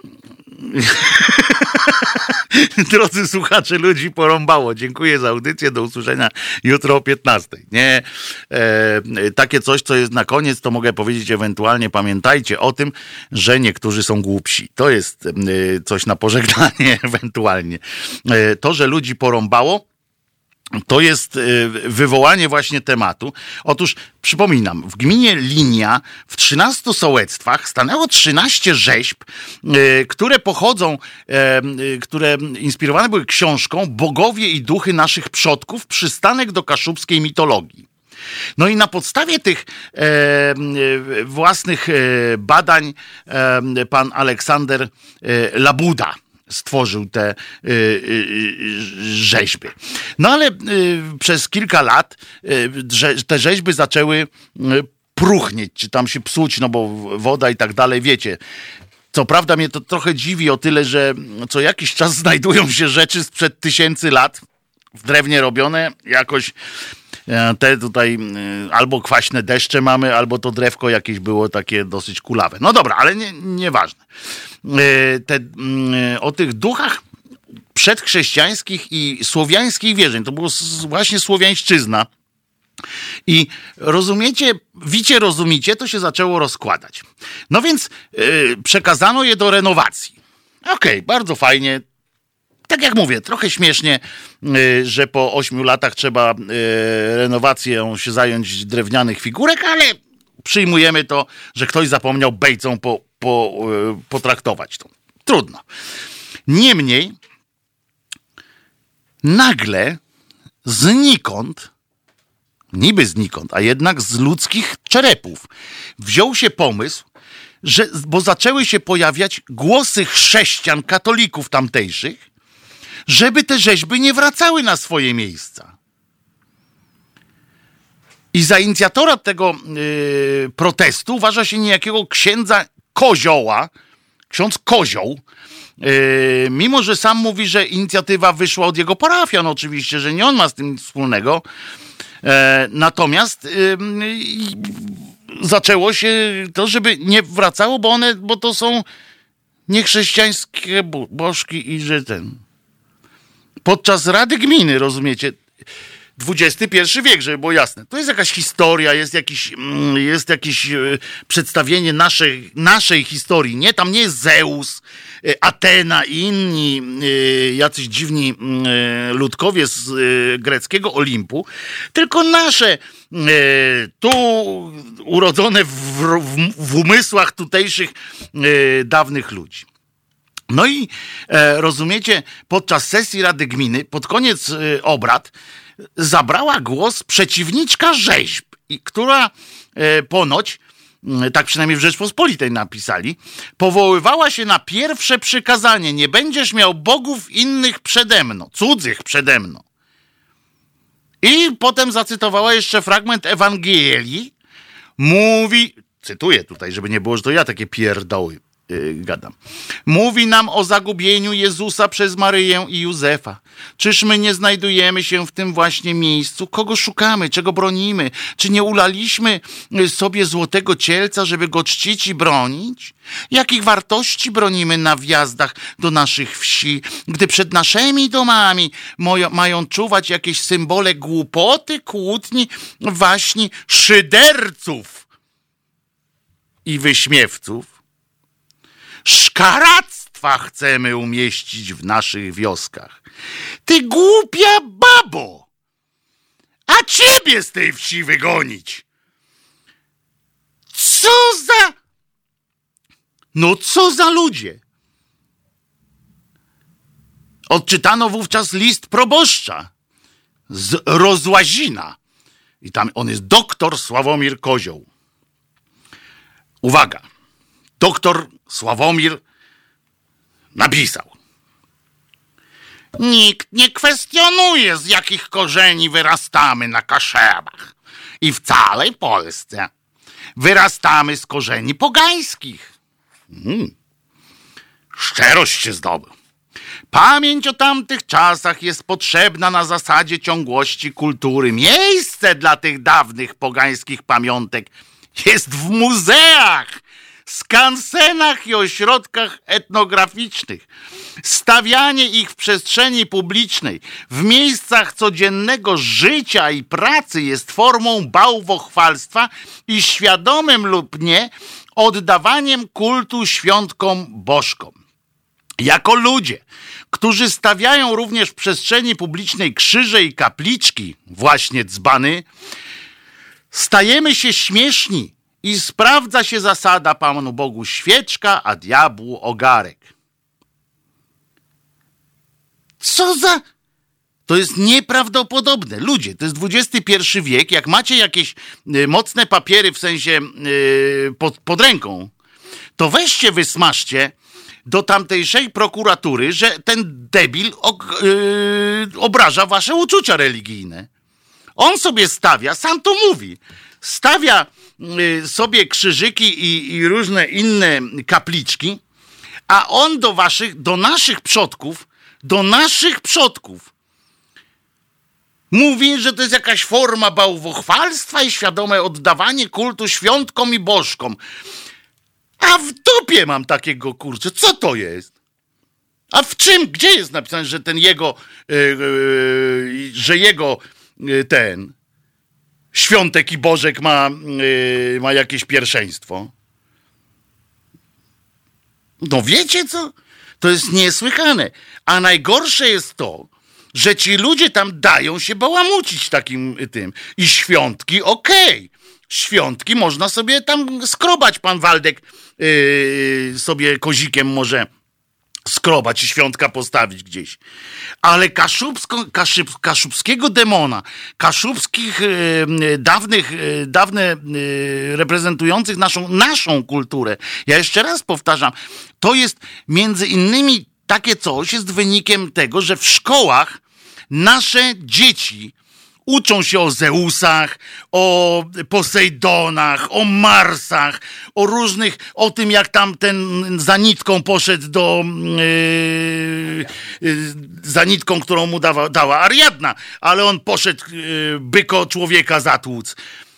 S2: Drodzy słuchacze, ludzi porąbało. Dziękuję za audycję. Do usłyszenia jutro o piętnastej. Nie, e, takie coś, co jest na koniec, to mogę powiedzieć ewentualnie. Pamiętajcie o tym, że niektórzy są głupsi. To jest e, coś na pożegnanie ewentualnie. E, to, że ludzi porąbało, to jest wywołanie właśnie tematu. Otóż przypominam, w gminie Linia w trzynastu sołectwach stanęło trzynaście rzeźb, które pochodzą, które inspirowane były książką Bogowie i duchy naszych przodków, przystanek do kaszubskiej mitologii. No i na podstawie tych e, własnych e, badań e, pan Aleksander e, Labuda stworzył te y, y, rzeźby. No ale y, przez kilka lat y, te rzeźby zaczęły y, pruchnieć, czy tam się psuć, no bo woda i tak dalej, wiecie. Co prawda mnie to trochę dziwi o tyle, że co jakiś czas znajdują się rzeczy sprzed tysięcy lat w drewnie robione, jakoś te tutaj albo kwaśne deszcze mamy, albo to drewko jakieś było takie dosyć kulawe. No dobra, ale nie, nieważne. Te, o tych duchach przedchrześcijańskich i słowiańskich wierzeń, to było właśnie słowiańszczyzna. I rozumiecie, wicie, rozumicie, to się zaczęło rozkładać. No więc yy, przekazano je do renowacji. Okej, okay, bardzo fajnie. Tak jak mówię, trochę śmiesznie, że po ośmiu latach trzeba renowacją się zająć drewnianych figurek, ale przyjmujemy to, że ktoś zapomniał bejcą po, po, potraktować to. Trudno. Niemniej nagle znikąd, niby znikąd, a jednak z ludzkich czerepów wziął się pomysł, że, bo zaczęły się pojawiać głosy chrześcijan, katolików tamtejszych, żeby te rzeźby nie wracały na swoje miejsca. I za inicjatora tego yy, protestu uważa się niejakiego księdza Kozioła, ksiądz Kozioł, yy, mimo że sam mówi, że inicjatywa wyszła od jego parafian, oczywiście, że nie on ma z tym nic wspólnego. E, natomiast yy, zaczęło się to, żeby nie wracało, bo one, bo to są niechrześcijańskie bożki i że ten... Podczas Rady Gminy, rozumiecie? dwudziesty pierwszy wiek, żeby było jasne. To jest jakaś historia, jest jakiś, jest jakieś przedstawienie naszej, naszej historii. Nie, tam nie jest Zeus, Atena i inni jacyś dziwni ludkowie z greckiego Olimpu, tylko nasze tu urodzone w, w, w umysłach tutejszych dawnych ludzi. No i e, rozumiecie, podczas sesji Rady Gminy, pod koniec e, obrad, zabrała głos przeciwniczka rzeźb, i, która e, ponoć, e, tak przynajmniej w Rzeczpospolitej napisali, powoływała się na pierwsze przykazanie: nie będziesz miał bogów innych przede mną, cudzych przede mną. I potem zacytowała jeszcze fragment Ewangelii, mówi, cytuję tutaj, żeby nie było, że to ja takie pierdoły gadam. Mówi nam o zagubieniu Jezusa przez Maryję i Józefa. Czyż my nie znajdujemy się w tym właśnie miejscu? Kogo szukamy? Czego bronimy? Czy nie ulaliśmy sobie złotego cielca, żeby go czcić i bronić? Jakich wartości bronimy na wjazdach do naszych wsi, gdy przed naszymi domami mojo, mają czuwać jakieś symbole głupoty, kłótni, waśni, szyderców i wyśmiewców? Szkaractwa chcemy umieścić w naszych wioskach. Ty głupia babo! A ciebie z tej wsi wygonić! Co za... No co za ludzie! Odczytano wówczas list proboszcza z Rozłazina. I tam on jest doktor Sławomir Kozioł. Uwaga! Doktor Sławomir napisał: nikt nie kwestionuje, z jakich korzeni wyrastamy na Kaszebach i w całej Polsce. Wyrastamy z korzeni pogańskich. Hmm. Szczerość się zdobył. Pamięć o tamtych czasach jest potrzebna na zasadzie ciągłości kultury. Miejsce dla tych dawnych pogańskich pamiątek jest w muzeach, skansenach i ośrodkach etnograficznych. Stawianie ich w przestrzeni publicznej, w miejscach codziennego życia i pracy jest formą bałwochwalstwa i świadomym lub nie oddawaniem kultu świątkom bożkom. Jako ludzie, którzy stawiają również w przestrzeni publicznej krzyże i kapliczki, właśnie dzbany, stajemy się śmieszni i sprawdza się zasada Panu Bogu świeczka, a diabłu ogarek. Co za... To jest nieprawdopodobne. Ludzie, to jest dwudziesty pierwszy wiek. Jak macie jakieś y, mocne papiery, w sensie y, pod, pod ręką, to weźcie, wysmażcie do tamtejszej prokuratury, że ten debil ok, y, obraża wasze uczucia religijne. On sobie stawia, sam to mówi, stawia y, sobie krzyżyki i, i różne inne kapliczki, a on do waszych, do naszych przodków, do naszych przodków mówi, że to jest jakaś forma bałwochwalstwa i świadome oddawanie kultu świątkom i bożkom. A w dupie mam takiego, kurczę, co to jest? A w czym, gdzie jest napisane, że ten jego, yy, yy, że jego yy, ten świątek i bożek ma, yy, ma jakieś pierwszeństwo? No wiecie co? To jest niesłychane. A najgorsze jest to, że ci ludzie tam dają się bałamucić takim tym. I świątki, okej. Okay. Świątki można sobie tam skrobać. Pan Waldek yy, sobie kozikiem może skrobać i świątka postawić gdzieś. Ale kaszubsko, kaszyb, kaszubskiego demona, kaszubskich yy, dawnych, yy, dawne yy, reprezentujących naszą, naszą kulturę. Ja jeszcze raz powtarzam, to jest między innymi takie coś jest wynikiem tego, że w szkołach nasze dzieci Uczą się o Zeusach, o Posejdonach, o Marsach, o różnych, o tym jak tam ten za nitką poszedł do yy, yy, za nitką, którą mu dawa, dała Ariadna, ale on poszedł yy, byko człowieka zatłuc.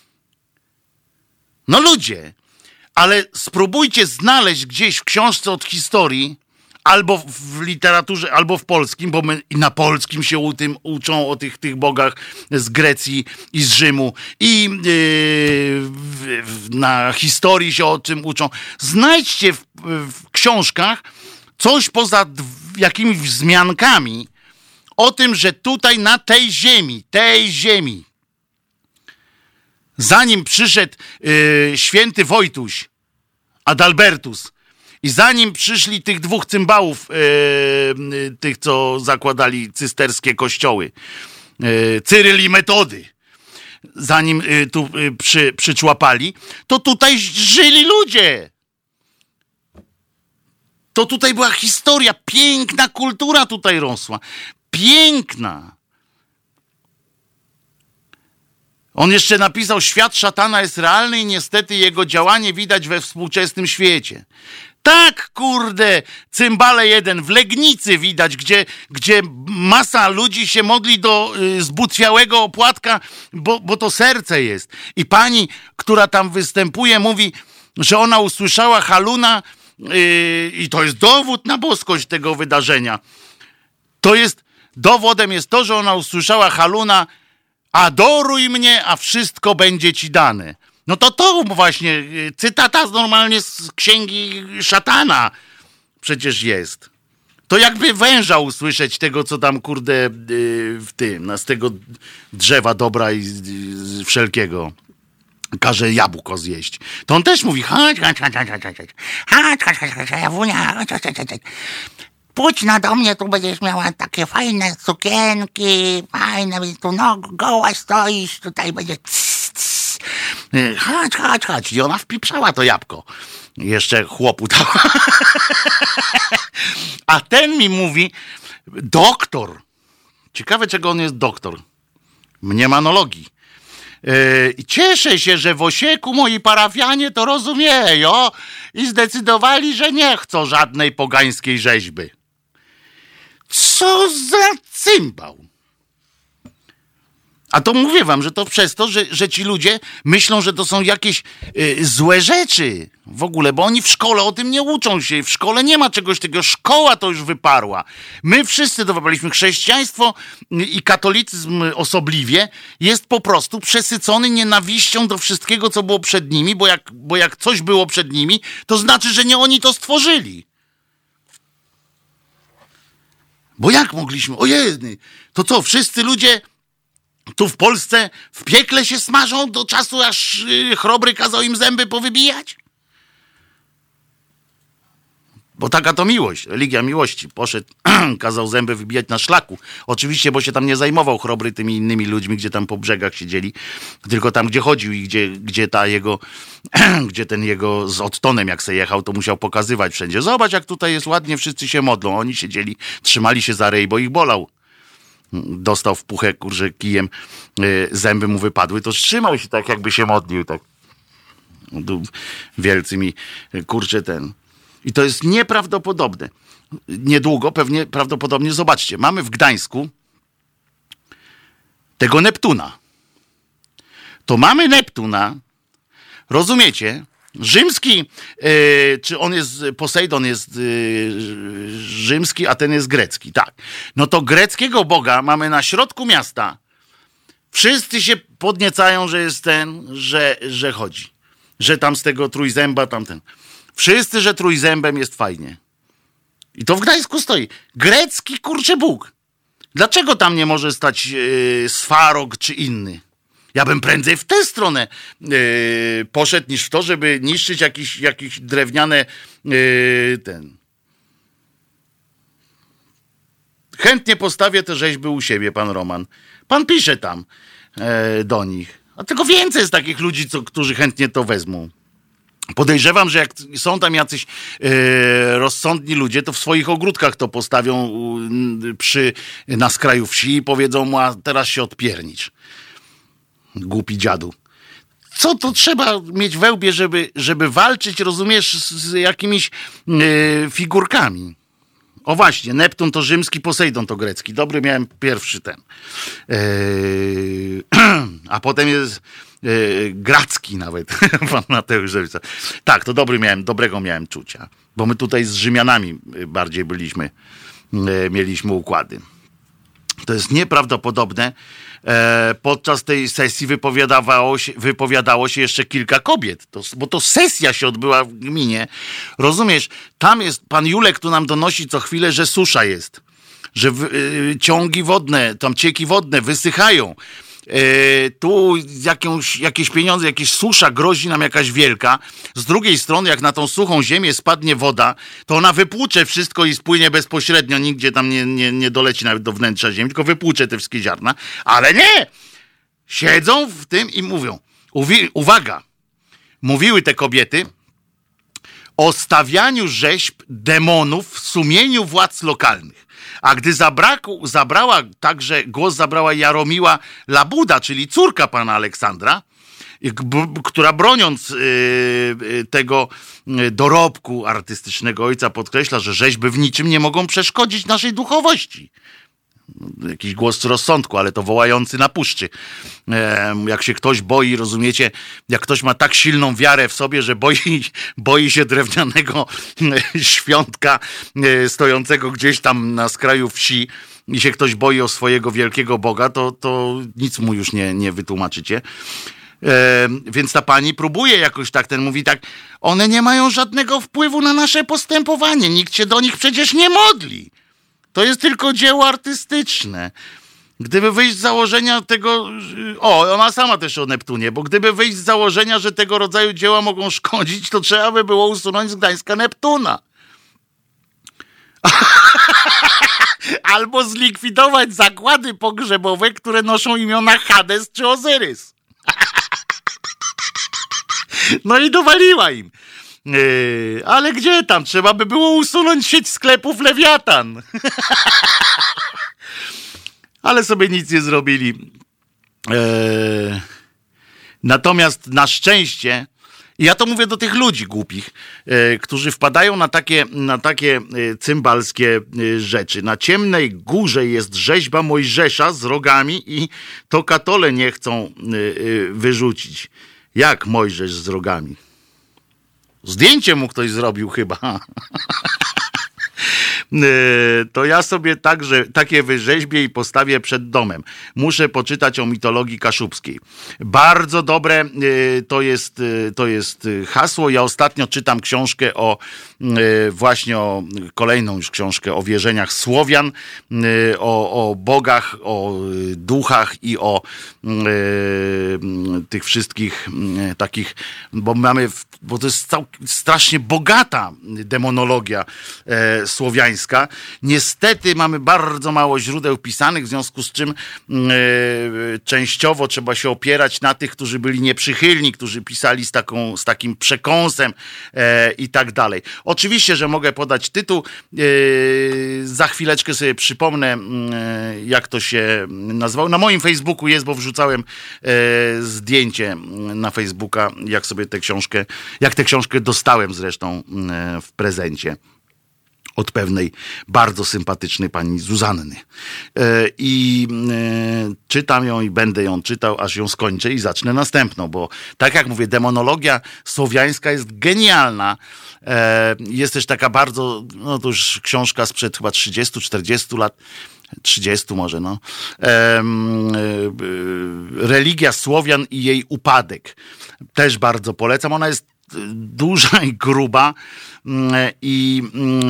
S2: No ludzie, ale spróbujcie znaleźć gdzieś w książce od historii, albo w literaturze, albo w polskim, bo my i na polskim się u tym uczą o tych, tych bogach z Grecji i z Rzymu, i yy, w, w, na historii się o czym uczą. Znajdźcie w, w książkach coś poza d- jakimiś wzmiankami o tym, że tutaj na tej ziemi, tej ziemi, zanim przyszedł yy, święty Wojtuś, Adalbertus, i zanim przyszli tych dwóch cymbałów, yy, yy, tych, co zakładali cysterskie kościoły, yy, Cyryl i Metody, zanim yy, tu yy, przy, przyczłapali, to tutaj żyli ludzie. To tutaj była historia, piękna kultura tutaj rosła. Piękna. On jeszcze napisał, świat szatana jest realny i niestety jego działanie widać we współczesnym świecie. Tak, kurde, cymbale jeden w Legnicy widać, gdzie, gdzie masa ludzi się modli do y, zbutwiałego opłatka, bo, bo to serce jest. I pani, która tam występuje, mówi, że ona usłyszała Haluna y, i to jest dowód na boskość tego wydarzenia. To jest, dowodem jest to, że ona usłyszała Haluna: adoruj mnie, a wszystko będzie ci dane. No to to właśnie, cytata normalnie z księgi szatana przecież jest. To jakby węża usłyszeć tego, co tam, kurde, w tym, z tego drzewa dobra i wszelkiego każe jabłko zjeść. To on też mówi, chodź, chodź, chodź, chodź, chodź, chodź, chodź, chodź, chodź, jawunia, chodź, chodź, chodź, chodź. Pójdź na do mnie, tu będziesz miała takie fajne sukienki, fajne, tu no, goła stoisz, tutaj będzie cs, cs. Chodź, chodź, chodź. I ona wpiprzała to jabłko. Jeszcze chłopu dała. A ten mi mówi, doktor. Ciekawe, czego on jest doktor. Mniemanologii. I cieszę się, że w Osieku moi parafianie to rozumieją i zdecydowali, że nie chcą żadnej pogańskiej rzeźby. Co za cymbał. A to mówię wam, że to przez to, że, że ci ludzie myślą, że to są jakieś y, złe rzeczy w ogóle, bo oni w szkole o tym nie uczą się. W szkole nie ma czegoś takiego. Szkoła to już wyparła. My wszyscy to wybraliśmy. Chrześcijaństwo i katolicyzm osobliwie jest po prostu przesycony nienawiścią do wszystkiego, co było przed nimi, bo jak, bo jak coś było przed nimi, to znaczy, że nie oni to stworzyli. Bo jak mogliśmy? Ojej, to co, wszyscy ludzie tu w Polsce w piekle się smażą do czasu, aż chrobry kazał im zęby powybijać? Bo taka to miłość, religia miłości. Poszedł, kazał zęby wybijać na szlaku. Oczywiście, bo się tam nie zajmował chrobry tymi innymi ludźmi, gdzie tam po brzegach siedzieli, tylko tam, gdzie chodził i gdzie, gdzie ta jego, gdzie ten jego z odtonem, jak se jechał, to musiał pokazywać wszędzie. Zobacz, jak tutaj jest ładnie, wszyscy się modlą. Oni siedzieli, trzymali się za rej, bo ich bolał. Dostał w puchę, kurczę, kijem, yy, zęby mu wypadły, to trzymał się tak, jakby się modlił, tak. Wielcy mi, kurczę, ten. I to jest nieprawdopodobne. Niedługo, pewnie, prawdopodobnie, zobaczcie, mamy w Gdańsku tego Neptuna. To mamy Neptuna, rozumiecie? Rzymski, yy, czy on jest, Posejdon jest yy, rzymski, a ten jest grecki, tak. No to greckiego boga mamy na środku miasta. Wszyscy się podniecają, że jest ten, że, że chodzi. Że tam z tego trójzęba, tamten. Wszyscy, że trójzębem jest fajnie. I to w Gdańsku stoi. Grecki, kurczę, Bóg. Dlaczego tam nie może stać yy, Sfarog czy inny? Ja bym prędzej w tę stronę yy, poszedł, niż w to, żeby niszczyć jakieś, jakieś drewniane yy, ten. Chętnie postawię te rzeźby u siebie, pan Roman. Pan pisze tam yy, do nich. A tylko więcej jest takich ludzi, co, którzy chętnie to wezmą. Podejrzewam, że jak są tam jacyś yy, rozsądni ludzie, to w swoich ogródkach to postawią yy, przy, na skraju wsi i powiedzą mu, a teraz się odpiernicz. Głupi dziadu. Co to trzeba mieć we łbie, żeby, żeby walczyć, rozumiesz, z, z jakimiś yy, figurkami? O właśnie, Neptun to rzymski, Posejdon to grecki. Dobry miałem pierwszy ten. Yy, a potem jest yy, gracki nawet. Pan Mateusz Rzewica. Tak, to dobry miałem, dobrego miałem czucia. Bo my tutaj z Rzymianami bardziej byliśmy, yy, mieliśmy układy. To jest nieprawdopodobne. E, podczas tej sesji wypowiadało się, wypowiadało się jeszcze kilka kobiet, to, bo to sesja się odbyła w gminie. Rozumiesz, tam jest, pan Julek tu nam donosi co chwilę, że susza jest, że w, y, ciągi wodne, tam cieki wodne wysychają. E, tu jakąś, jakieś pieniądze, jakieś susza grozi nam jakaś wielka. Z drugiej strony, jak na tą suchą ziemię spadnie woda, to ona wypłucze wszystko i spłynie bezpośrednio, nigdzie tam nie, nie, nie doleci nawet do wnętrza ziemi, tylko wypłucze te wszystkie ziarna. Ale nie! Siedzą w tym i mówią, uwi- uwaga, mówiły te kobiety o stawianiu rzeźb demonów w sumieniu władz lokalnych. A gdy zabrakł, zabrała, także głos zabrała Jaromiła Labuda, czyli córka pana Aleksandra, która broniąc yy, tego dorobku artystycznego ojca podkreśla, że rzeźby w niczym nie mogą przeszkodzić naszej duchowości. Jakiś głos rozsądku, ale to wołający na puszczy. E, jak się ktoś boi, rozumiecie, jak ktoś ma tak silną wiarę w sobie, że boi, boi się drewnianego świątka e, stojącego gdzieś tam na skraju wsi i się ktoś boi o swojego wielkiego Boga, to, to nic mu już nie, nie wytłumaczycie. E, więc ta pani próbuje jakoś tak, ten mówi tak, one nie mają żadnego wpływu na nasze postępowanie, nikt się do nich przecież nie modli. To jest tylko dzieło artystyczne. Gdyby wyjść z założenia tego... O, ona sama też o Neptunie, bo gdyby wyjść z założenia, że tego rodzaju dzieła mogą szkodzić, to trzeba by było usunąć z Gdańska Neptuna. Albo zlikwidować zakłady pogrzebowe, które noszą imiona Hades czy Ozyrys. No i dowaliła im. Yy, ale gdzie tam? Trzeba by było usunąć sieć sklepów Lewiatan. Ale sobie nic nie zrobili. Yy, natomiast na szczęście, i ja to mówię do tych ludzi głupich, yy, którzy wpadają na takie, na takie yy, cymbalskie yy, rzeczy. Na Ciemnej Górze jest rzeźba Mojżesza z rogami i to katole nie chcą yy, yy, wyrzucić. Jak Mojżesz z rogami? Zdjęcie mu ktoś zrobił chyba. To ja sobie także takie wyrzeźbię i postawię przed domem. Muszę poczytać o mitologii kaszubskiej. Bardzo dobre to jest, to jest hasło. Ja ostatnio czytam książkę o właśnie o kolejną już książkę o wierzeniach Słowian, o, o bogach, o duchach i o tych wszystkich takich, bo mamy, bo to jest cał, strasznie bogata demonologia e, słowiańska. Niestety mamy bardzo mało źródeł pisanych, w związku z czym e, częściowo trzeba się opierać na tych, którzy byli nieprzychylni, którzy pisali z, taką, z takim przekąsem e, i tak dalej. Oczywiście, że mogę podać tytuł. E, za chwileczkę sobie przypomnę, e, jak to się nazywało. Na moim Facebooku jest, bo wrzucałem e, zdjęcie na Facebooka, jak sobie tę książkę, jak tę książkę dostałem zresztą e, w prezencie od pewnej bardzo sympatycznej pani Zuzanny. E, I e, czytam ją i będę ją czytał, aż ją skończę i zacznę następną, bo tak jak mówię, demonologia słowiańska jest genialna. E, jest też taka bardzo, no to już książka sprzed chyba trzydziestu czterdziestu lat, trzydziestu może, no. E, e, Religia Słowian i jej upadek. Też bardzo polecam. Ona jest duża i gruba i,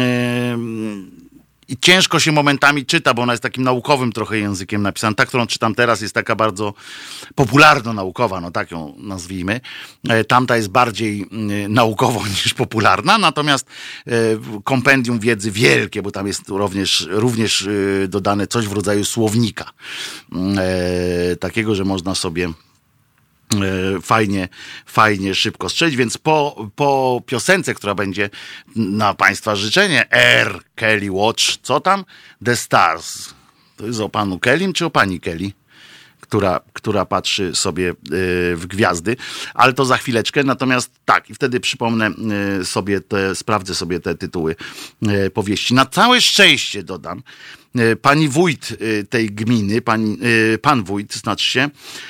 S2: i ciężko się momentami czyta, bo ona jest takim naukowym trochę językiem napisana. Ta, którą czytam teraz, jest taka bardzo popularno-naukowa, no tak ją nazwijmy. Tamta jest bardziej naukowo niż popularna, natomiast kompendium wiedzy wielkie, bo tam jest również, również dodane coś w rodzaju słownika. Takiego, że można sobie fajnie, fajnie szybko strzelić, więc po, po piosence, która będzie na Państwa życzenie, R. Kelly Watch, co tam? The Stars. To jest o panu Kellym czy o pani Kelly? która, która patrzy sobie w gwiazdy, ale to za chwileczkę. Natomiast tak, i wtedy przypomnę sobie, te, sprawdzę sobie te tytuły powieści. Na całe szczęście dodam, pani wójt tej gminy, pani, pan wójt, znaczy się,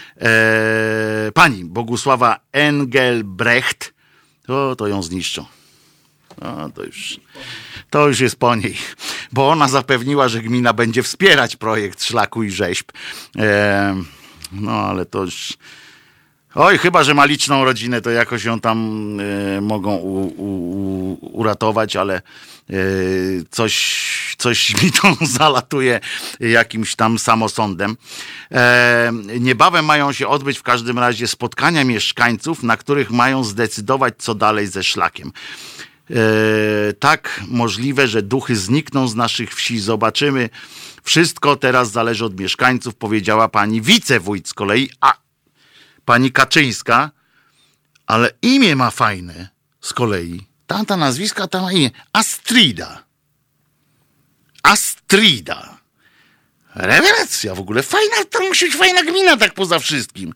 S2: pani Bogusława Engelbrecht, to, to ją zniszczą. No, to już, to już jest po niej, bo ona zapewniła, że gmina będzie wspierać projekt Szlaku i Rzeźb. E, no ale to już... Oj, chyba że ma liczną rodzinę, to jakoś ją tam e, mogą u, u, uratować, ale e, coś, coś mi to zalatuje jakimś tam samosądem. E, niebawem mają się odbyć w każdym razie spotkania mieszkańców, na których mają zdecydować, co dalej ze szlakiem. E, tak możliwe, że duchy znikną z naszych wsi. Zobaczymy. Wszystko teraz zależy od mieszkańców, powiedziała pani wicewójt z kolei, a pani Kaczyńska, ale imię ma fajne z kolei. Tamta nazwiska, ta ma imię. Astrida. Astrida. Rewelacja w ogóle. Fajna, to musi być fajna gmina tak poza wszystkim.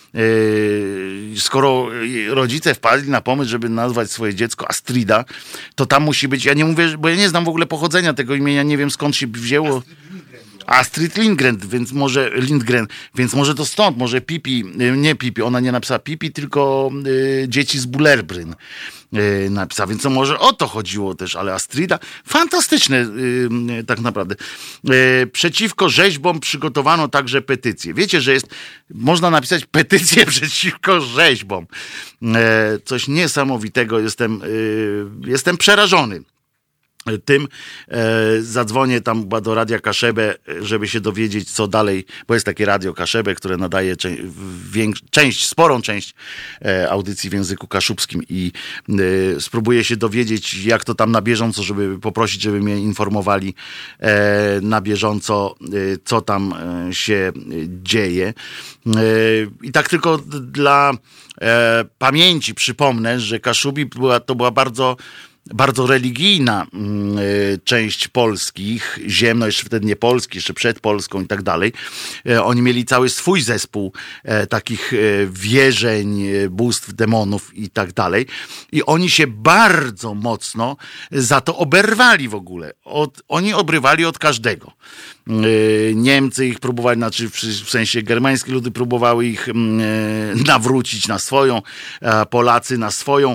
S2: Yy, skoro rodzice wpadli na pomysł, żeby nazwać swoje dziecko Astrida, to tam musi być, ja nie mówię, bo ja nie znam w ogóle pochodzenia tego imienia, nie wiem skąd się wzięło. Astrid Lindgren, więc może Lindgren, więc może to stąd, może Pipi, nie Pipi, ona nie napisała Pipi, tylko y, dzieci z Bullerbryn y, napisała, więc to może o to chodziło też, ale Astrida, fantastyczne y, tak naprawdę. Y, przeciwko rzeźbom przygotowano także petycję. Wiecie, że jest, można napisać petycję przeciwko rzeźbom. Y, coś niesamowitego, jestem, y, jestem przerażony tym. E, zadzwonię tam do Radia Kaszebę, żeby się dowiedzieć, co dalej, bo jest takie Radio Kaszebę, które nadaje cze- więks- część, sporą część e, audycji w języku kaszubskim i e, spróbuję się dowiedzieć, jak to tam na bieżąco, żeby poprosić, żeby mnie informowali e, na bieżąco, e, co tam e, się dzieje. E, I tak tylko d- dla e, pamięci przypomnę, że Kaszubi była, to była bardzo bardzo religijna y, część polskich ziem, no jeszcze wtedy nie Polski, jeszcze przed Polską i tak dalej. E, oni mieli cały swój zespół e, takich e, wierzeń, e, bóstw, demonów i tak dalej. I oni się bardzo mocno za to oberwali w ogóle. Od, oni obrywali od każdego. E, Niemcy ich próbowali, znaczy w, w sensie germańskie ludy próbowały ich e, nawrócić na swoją, a Polacy na swoją.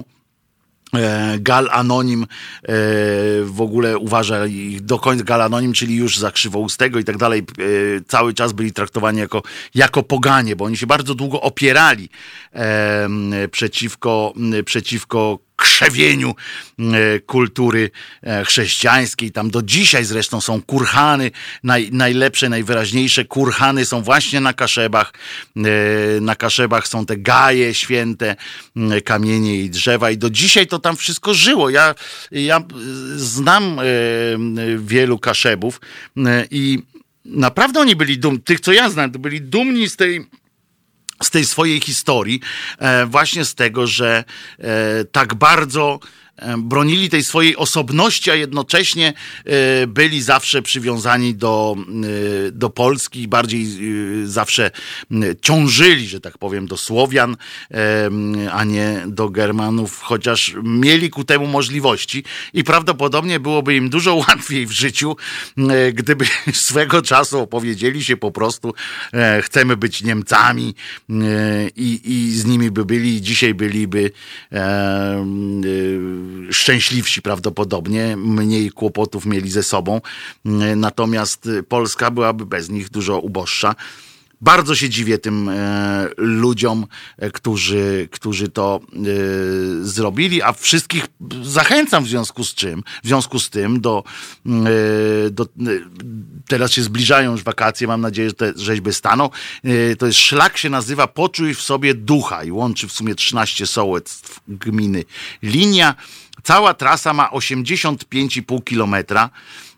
S2: Gal Anonim w ogóle uważa ich do końca, Gal Anonim, czyli już za krzywoustego i tak dalej, cały czas byli traktowani jako, jako poganie, bo oni się bardzo długo opierali przeciwko, przeciwko krzewieniu kultury chrześcijańskiej. Tam do dzisiaj zresztą są kurhany, naj, najlepsze, najwyraźniejsze kurhany są właśnie na Kaszebach. Na Kaszebach są te gaje święte, kamienie i drzewa i do dzisiaj to tam wszystko żyło. Ja, ja znam wielu Kaszebów i naprawdę oni byli dumni, tych co ja znam, to byli dumni z tej z tej swojej historii, e, właśnie z tego, że e, tak bardzo e, bronili tej swojej osobności, a jednocześnie e, byli zawsze przywiązani do, e, do Polski i bardziej e, zawsze e, ciążyli, że tak powiem, do Słowian, e, a nie do Germanów, chociaż mieli ku temu możliwości i prawdopodobnie byłoby im dużo łatwiej w życiu, e, gdyby swego czasu opowiedzieli się po prostu, e, chcemy być Niemcami, I, i z nimi by byli, dzisiaj byliby e, e, szczęśliwsi prawdopodobnie, mniej kłopotów mieli ze sobą, e, natomiast Polska byłaby bez nich dużo uboższa. Bardzo się dziwię tym e, ludziom, e, którzy, którzy to e, zrobili, a wszystkich zachęcam w związku z czym, w związku z tym do, e, do e, teraz się zbliżają już wakacje, mam nadzieję, że te rzeźby staną. E, to jest szlak, się nazywa Poczuj w sobie ducha i łączy w sumie trzynaście sołectw gminy Linia. Cała trasa ma osiemdziesiąt pięć i pół kilometra.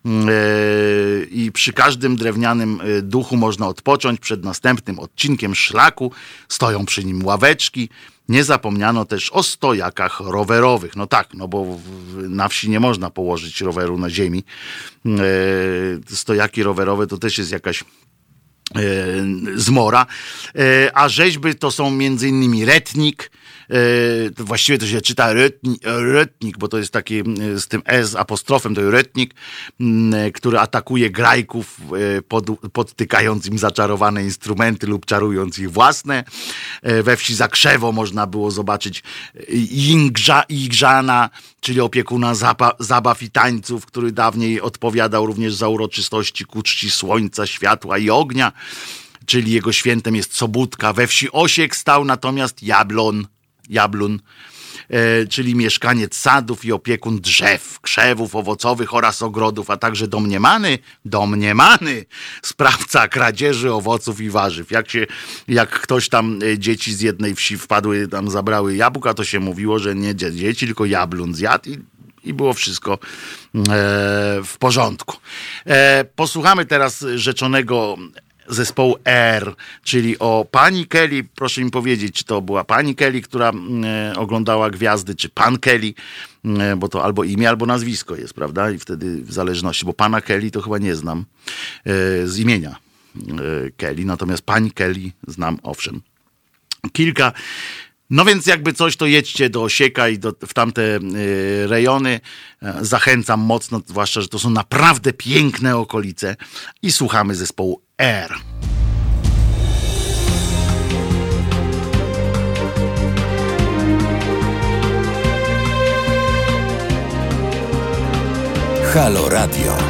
S2: I przy każdym drewnianym duchu można odpocząć przed następnym odcinkiem szlaku. Stoją przy nim ławeczki. Nie zapomniano też o stojakach rowerowych. No tak, no bo na wsi nie można położyć roweru na ziemi. Stojaki rowerowe to też jest jakaś zmora, a rzeźby to są między innymi retnik, właściwie to się czyta retnik, retnik, bo to jest taki z tym S apostrofem, to jest retnik, który atakuje grajków, pod, podtykając im zaczarowane instrumenty lub czarując ich własne. We wsi Zakrzewo można było zobaczyć Ingża, Igrzana, czyli opiekuna zaba, zabaw i tańców, który dawniej odpowiadał również za uroczystości ku czci słońca, światła i ognia, czyli jego świętem jest Sobótka. We wsi Osiek stał natomiast Jablon, Jablun, e, czyli mieszkaniec sadów i opiekun drzew, krzewów owocowych oraz ogrodów, a także domniemany, domniemany sprawca kradzieży owoców i warzyw. Jak się, jak ktoś tam, e, dzieci z jednej wsi wpadły, tam zabrały jabłka, to się mówiło, że nie dzieci, tylko Jablun zjadł i, i było wszystko e, w porządku. E, posłuchamy teraz rzeczonego zespołu R, czyli o pani Kelly. Proszę mi powiedzieć, czy to była pani Kelly, która e, oglądała Gwiazdy, czy pan Kelly, e, bo to albo imię, albo nazwisko jest, prawda? I wtedy w zależności, bo pana Kelly to chyba nie znam e, z imienia e, Kelly, natomiast pani Kelly znam, owszem. Kilka. No więc jakby coś, to jedźcie do Osieka i do, w tamte y, rejony. Zachęcam mocno, zwłaszcza, że to są naprawdę piękne okolice. I słuchamy zespołu R.
S3: Halo Radio.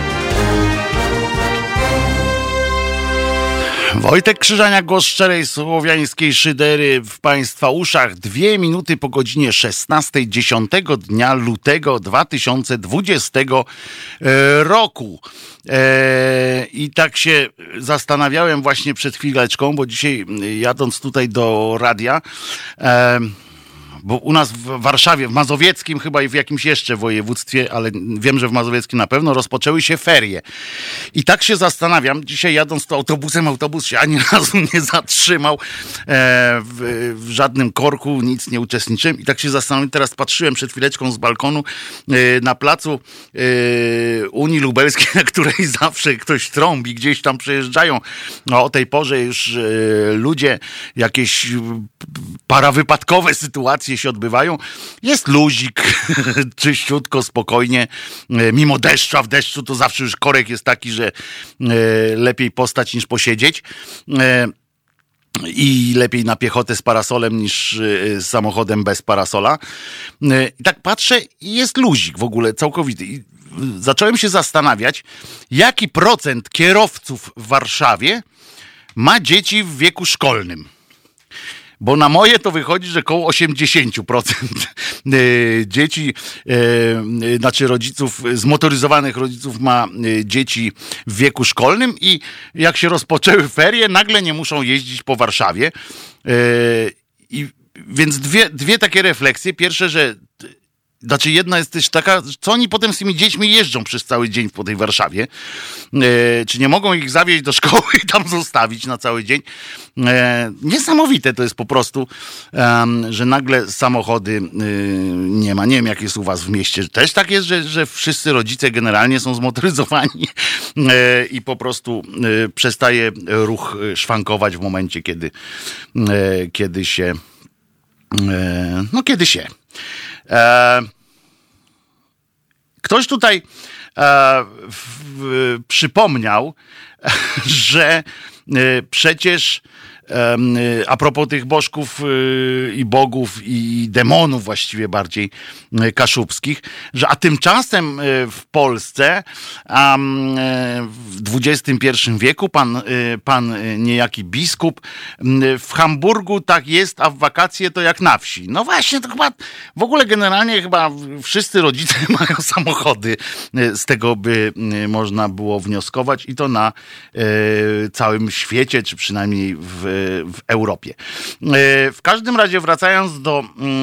S2: Wojtek Krzyżaniak, głos szczerej słowiańskiej szydery w Państwa uszach. Dwie minuty po godzinie szesnastej, dziesiątego dnia lutego dwa tysiące dwudziestego roku. E, I tak się zastanawiałem właśnie przed chwileczką, bo dzisiaj jadąc tutaj do radia, e, bo u nas w Warszawie, w Mazowieckim chyba i w jakimś jeszcze województwie, ale wiem, że w Mazowieckim na pewno, rozpoczęły się ferie. I tak się zastanawiam, dzisiaj jadąc to autobusem, autobus się ani razu nie zatrzymał e, w, w żadnym korku, nic nie uczestniczyłem. I tak się zastanawiam, teraz patrzyłem przed chwileczką z balkonu e, na placu e, Unii Lubelskiej, na której zawsze ktoś trąbi, gdzieś tam przejeżdżają. No, o tej porze już e, ludzie, jakieś parawypadkowe sytuacje się odbywają. Jest luzik, czyściutko, spokojnie, mimo deszczu, a w deszczu to zawsze już korek jest taki, że lepiej postać niż posiedzieć. I lepiej na piechotę z parasolem niż z samochodem bez parasola. I tak patrzę i jest luzik w ogóle całkowity. I zacząłem się zastanawiać, jaki procent kierowców w Warszawie ma dzieci w wieku szkolnym. Bo na moje to wychodzi, że koło osiemdziesiąt procent dzieci, znaczy rodziców, zmotoryzowanych rodziców ma dzieci w wieku szkolnym i jak się rozpoczęły ferie, nagle nie muszą jeździć po Warszawie. I więc dwie, dwie takie refleksje. Pierwsze, że znaczy jedna jest też taka, co oni potem z tymi dziećmi jeżdżą przez cały dzień po tej Warszawie. E, czy nie mogą ich zawieźć do szkoły i tam zostawić na cały dzień? E, niesamowite to jest po prostu, e, że nagle samochody e, nie ma. Nie wiem, jak jest u was w mieście. Też tak jest, że, że wszyscy rodzice generalnie są zmotoryzowani e, i po prostu e, przestaje ruch szwankować w momencie, kiedy, e, kiedy się e, no kiedy się E, ktoś tutaj e, w, w, przypomniał, że e, przecież e, a propos tych bożków e, i bogów i demonów właściwie bardziej e, kaszubskich, że a tymczasem e, w Polsce a, e, w dwudziestym pierwszym wieku pan, e, pan e, niejaki biskup e, w Hamburgu tak jest, a w wakacje to jak na wsi. No właśnie, to chyba w ogóle generalnie chyba wszyscy rodzice mają samochody, e, z tego by e, można było wnioskować i to na e, całym świecie, czy przynajmniej w w Europie. W każdym razie wracając do,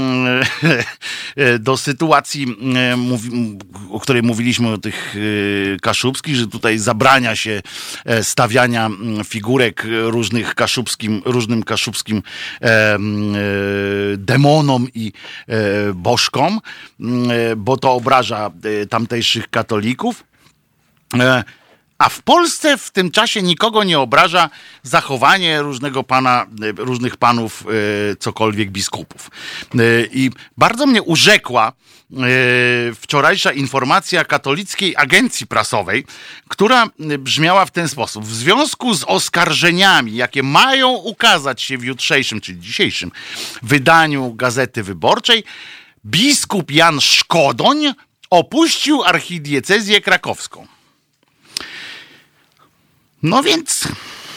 S2: do sytuacji, o której mówiliśmy, o tych kaszubskich, że tutaj zabrania się stawiania figurek różnych kaszubskim, różnym kaszubskim demonom i bożkom, bo to obraża tamtejszych katolików. A w Polsce w tym czasie nikogo nie obraża zachowanie różnego pana, różnych panów, cokolwiek biskupów. I bardzo mnie urzekła wczorajsza informacja Katolickiej Agencji Prasowej, która brzmiała w ten sposób. W związku z oskarżeniami, jakie mają ukazać się w jutrzejszym, czyli dzisiejszym wydaniu Gazety Wyborczej, biskup Jan Szkodoń opuścił archidiecezję krakowską. No więc,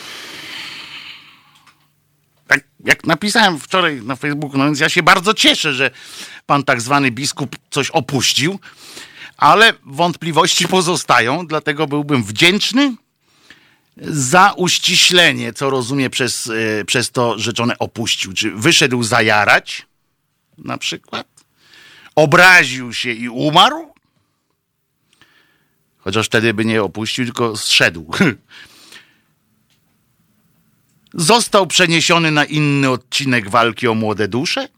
S2: tak jak napisałem wczoraj na Facebooku, no więc ja się bardzo cieszę, że pan tak zwany biskup coś opuścił, ale wątpliwości pozostają, dlatego byłbym wdzięczny za uściślenie, co rozumie przez, przez to rzeczone opuścił. Czy wyszedł zajarać na przykład? Obraził się i umarł? Chociaż wtedy by nie opuścił, tylko zszedł. Został przeniesiony na inny odcinek walki o młode dusze?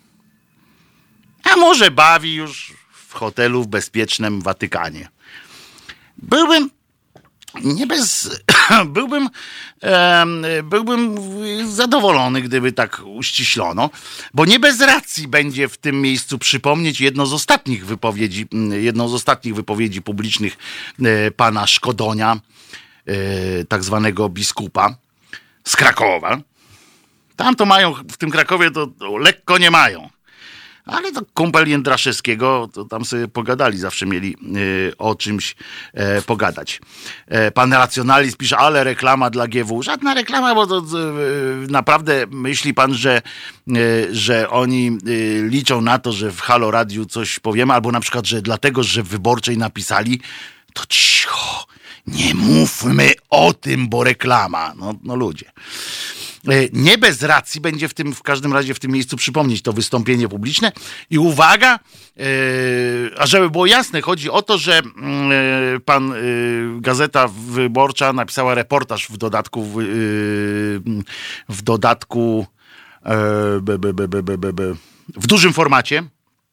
S2: A może bawi już w hotelu w bezpiecznym Watykanie? Byłbym nie bez... byłbym e, byłbym zadowolony, gdyby tak uściślono, bo nie bez racji będzie w tym miejscu przypomnieć jedno z ostatnich wypowiedzi, jedną z ostatnich wypowiedzi publicznych e, pana Szkodonia, e, tak zwanego biskupa z Krakowa. Tam to mają, w tym Krakowie to, to lekko nie mają. Ale to kumpel Jędraszewskiego, to tam sobie pogadali, zawsze mieli y, o czymś y, pogadać. Y, pan Racjonalizm pisze, ale reklama dla G W. Żadna reklama, bo to y, naprawdę myśli pan, że, y, że oni y, liczą na to, że w Halo Radiu coś powiemy, albo na przykład, że dlatego, że w Wyborczej napisali, to cicho, nie mówmy o tym, bo reklama. No, no ludzie. Nie bez racji będzie w tym, w każdym razie w tym miejscu przypomnieć to wystąpienie publiczne. I uwaga, yy, a żeby było jasne, chodzi o to, że yy, pan yy, Gazeta Wyborcza napisała reportaż w dodatku w, yy, w dodatku yy, by, by, by, by, by, by, w dużym formacie,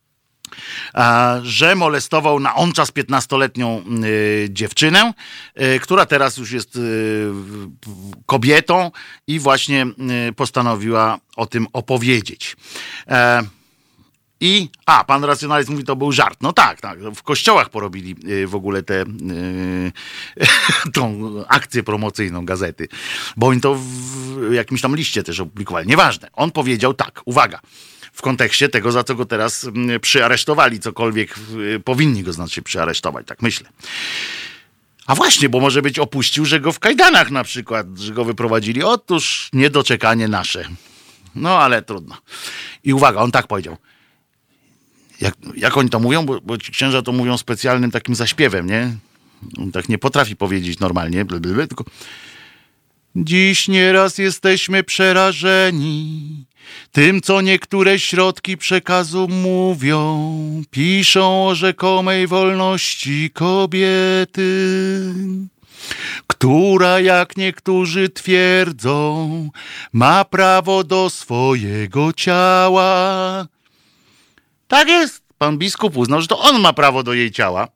S2: że molestował na on czas piętnastoletnią y, dziewczynę, y, która teraz już jest y, kobietą i właśnie y, postanowiła o tym opowiedzieć. E, I, a, pan Racjonalizm mówi, to był żart. No tak, tak, w kościołach porobili y, w ogóle tę y, tą akcję promocyjną gazety, bo oni to w jakimś tam liście też opublikowali. Nieważne. On powiedział tak, uwaga, w kontekście tego, za co go teraz przyaresztowali, cokolwiek powinni go znaczy przyaresztować, tak myślę. A właśnie, bo może być opuścił, że go w kajdanach na przykład, że go wyprowadzili. Otóż niedoczekanie nasze. No ale trudno. I uwaga, on tak powiedział. Jak, jak oni to mówią, bo, bo ci księża to mówią specjalnym takim zaśpiewem, nie? On tak nie potrafi powiedzieć normalnie, blablabla, tylko dziś nieraz jesteśmy przerażeni tym, co niektóre środki przekazu mówią, piszą o rzekomej wolności kobiety, która, jak niektórzy twierdzą, ma prawo do swojego ciała. Tak jest, pan biskup uznał, że to on ma prawo do jej ciała.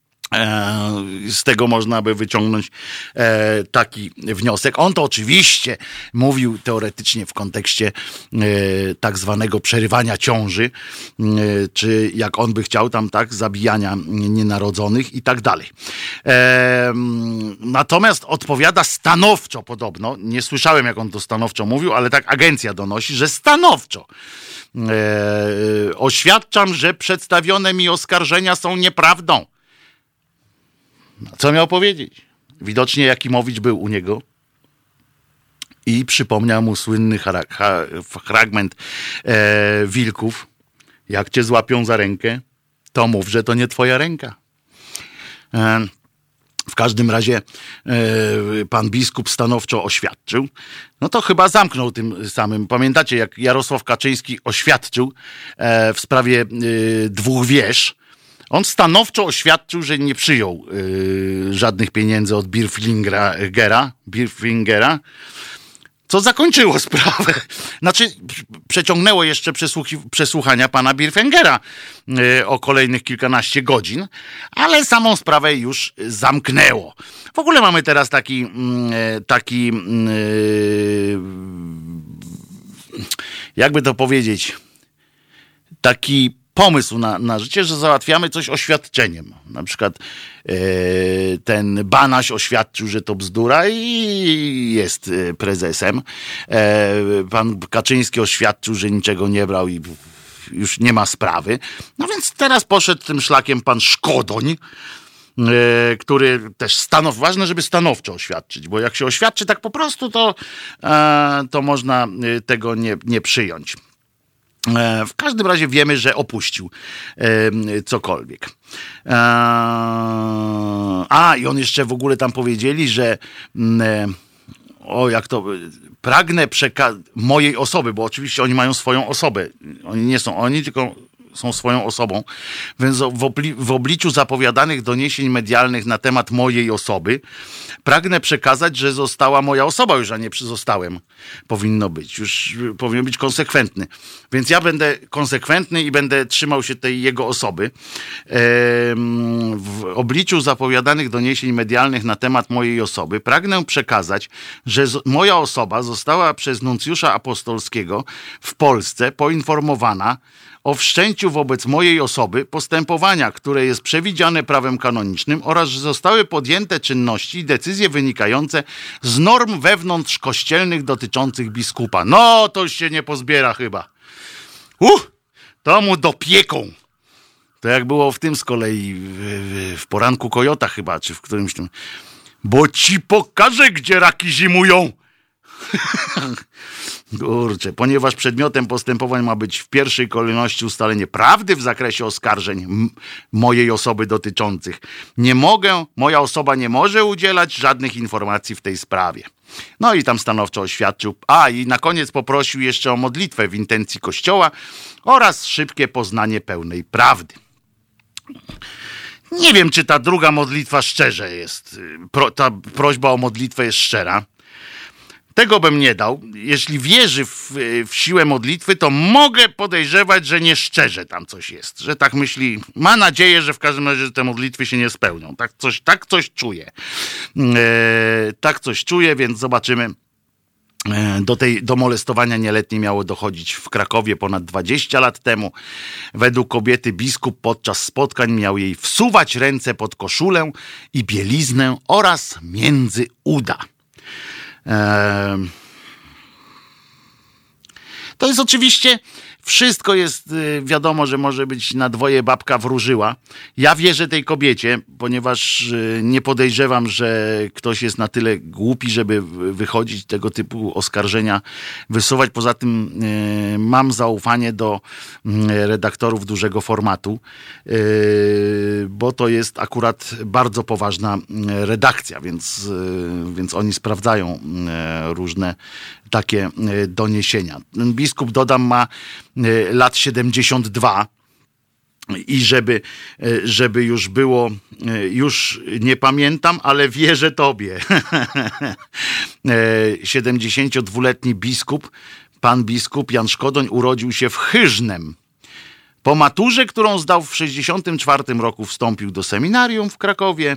S2: Z tego można by wyciągnąć e, taki wniosek. On to oczywiście mówił teoretycznie w kontekście e, tak zwanego przerywania ciąży, e, czy jak on by chciał tam, tak, zabijania nienarodzonych i tak dalej. E, natomiast odpowiada stanowczo podobno, nie słyszałem jak on to stanowczo mówił, ale tak agencja donosi, że stanowczo e, oświadczam, że przedstawione mi oskarżenia są nieprawdą. Co miał powiedzieć? Widocznie Jakimowicz był u niego i przypomniał mu słynny chara- ha- fragment e, Wilków. Jak cię złapią za rękę, to mów, że to nie twoja ręka. E, w każdym razie e, pan biskup stanowczo oświadczył. No to chyba zamknął tym samym. Pamiętacie, jak Jarosław Kaczyński oświadczył e, w sprawie e, dwóch wież. On stanowczo oświadczył, że nie przyjął y, żadnych pieniędzy od Birfingera, Birfingera, co zakończyło sprawę. Znaczy, przeciągnęło jeszcze przesłuchi- przesłuchania pana Birfengera y, o kolejnych kilkanaście godzin, ale samą sprawę już zamknęło. W ogóle mamy teraz taki y, taki y, jakby to powiedzieć, taki pomysł na, na życie, że załatwiamy coś oświadczeniem. Na przykład e, ten Banaś oświadczył, że to bzdura i jest prezesem. E, pan Kaczyński oświadczył, że niczego nie brał i już nie ma sprawy. No więc teraz poszedł tym szlakiem pan Szkodoń, e, który też stanow, ważne, żeby stanowczo oświadczyć, bo jak się oświadczy tak po prostu, to, e, to można tego nie, nie przyjąć. W każdym razie wiemy, że opuścił e, cokolwiek. E, a, i on jeszcze w ogóle tam powiedzieli, że e, o, jak to, pragnę przekazać mojej osoby, bo oczywiście oni mają swoją osobę. Oni nie są oni, tylko są swoją osobą. Więc w, obli- w obliczu zapowiadanych doniesień medialnych na temat mojej osoby pragnę przekazać, że została moja osoba już, a nie zostałem. Powinno być. Już powinien być konsekwentny. Więc ja będę konsekwentny i będę trzymał się tej jego osoby. Ehm, w obliczu zapowiadanych doniesień medialnych na temat mojej osoby pragnę przekazać, że z- moja osoba została przez nuncjusza apostolskiego w Polsce poinformowana o wszczęciu wobec mojej osoby postępowania, które jest przewidziane prawem kanonicznym oraz że zostały podjęte czynności i decyzje wynikające z norm wewnątrzkościelnych dotyczących biskupa. No, to już się nie pozbiera chyba. Uh, to mu dopieką. To jak było w tym z kolei, w, w Poranku Kojota chyba, czy w którymś tym. Bo ci pokażę, gdzie raki zimują. Kurczę, ponieważ przedmiotem postępowań ma być w pierwszej kolejności ustalenie prawdy w zakresie oskarżeń m- mojej osoby dotyczących. Nie mogę, moja osoba nie może udzielać żadnych informacji w tej sprawie. No i tam stanowczo oświadczył. A, i na koniec poprosił jeszcze o modlitwę w intencji Kościoła oraz szybkie poznanie pełnej prawdy. Nie wiem, czy ta druga modlitwa szczerze jest, pro, ta prośba o modlitwę jest szczera. Tego bym nie dał. Jeśli wierzy w, w siłę modlitwy, to mogę podejrzewać, że nie szczerze tam coś jest. Że tak myśli, ma nadzieję, że w każdym razie te modlitwy się nie spełnią. Tak coś, tak coś czuję. E, tak coś czuję, więc zobaczymy. E, do, tej, do molestowania nieletniej miało dochodzić w Krakowie ponad dwadzieścia lat temu. Według kobiety biskup podczas spotkań miał jej wsuwać ręce pod koszulę i bieliznę oraz między uda. To jest oczywiście, wszystko jest wiadomo, że może być na dwoje babka wróżyła. Ja wierzę tej kobiecie, ponieważ nie podejrzewam, że ktoś jest na tyle głupi, żeby wychodzić tego typu oskarżenia, wysuwać. Poza tym mam zaufanie do redaktorów dużego formatu, bo to jest akurat bardzo poważna redakcja, więc, więc oni sprawdzają różne takie doniesienia. Biskup, dodam, ma lat siedemdziesiąt dwa i żeby, żeby już było, już nie pamiętam, ale wierzę tobie. siedemdziesięciodwuletni biskup, pan biskup Jan Szkodoń urodził się w Hyżnem. Po maturze, którą zdał w sześćdziesiątym czwartym roku, wstąpił do seminarium w Krakowie.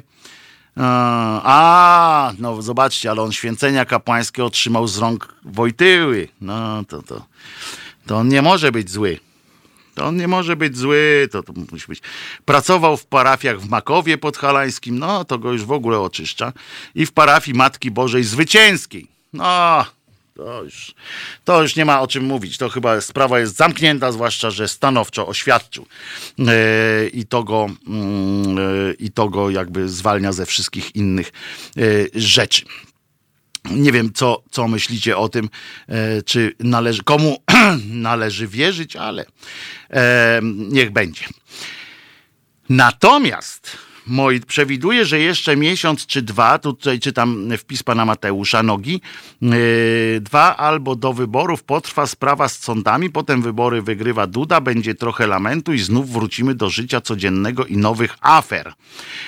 S2: A, no zobaczcie, ale on święcenia kapłańskie otrzymał z rąk Wojtyły. No to, to, to on nie może być zły. To on nie może być zły, to, to musi być. Pracował w parafiach w Makowie Podhalańskim, no to go już w ogóle oczyszcza. I w parafii Matki Bożej Zwycięskiej. No, to już, to już nie ma o czym mówić. To chyba sprawa jest zamknięta, zwłaszcza że stanowczo oświadczył. Yy, I to go, yy, i to go jakby zwalnia ze wszystkich innych yy, rzeczy. Nie wiem, co, co myślicie o tym, e, czy należy, komu należy wierzyć, ale e, niech będzie. Natomiast moi, przewiduję, że jeszcze miesiąc czy dwa, tutaj czytam wpis pana Mateusza Nogi, e, dwa albo do wyborów potrwa sprawa z sądami, potem wybory wygrywa Duda, będzie trochę lamentu i znów wrócimy do życia codziennego i nowych afer.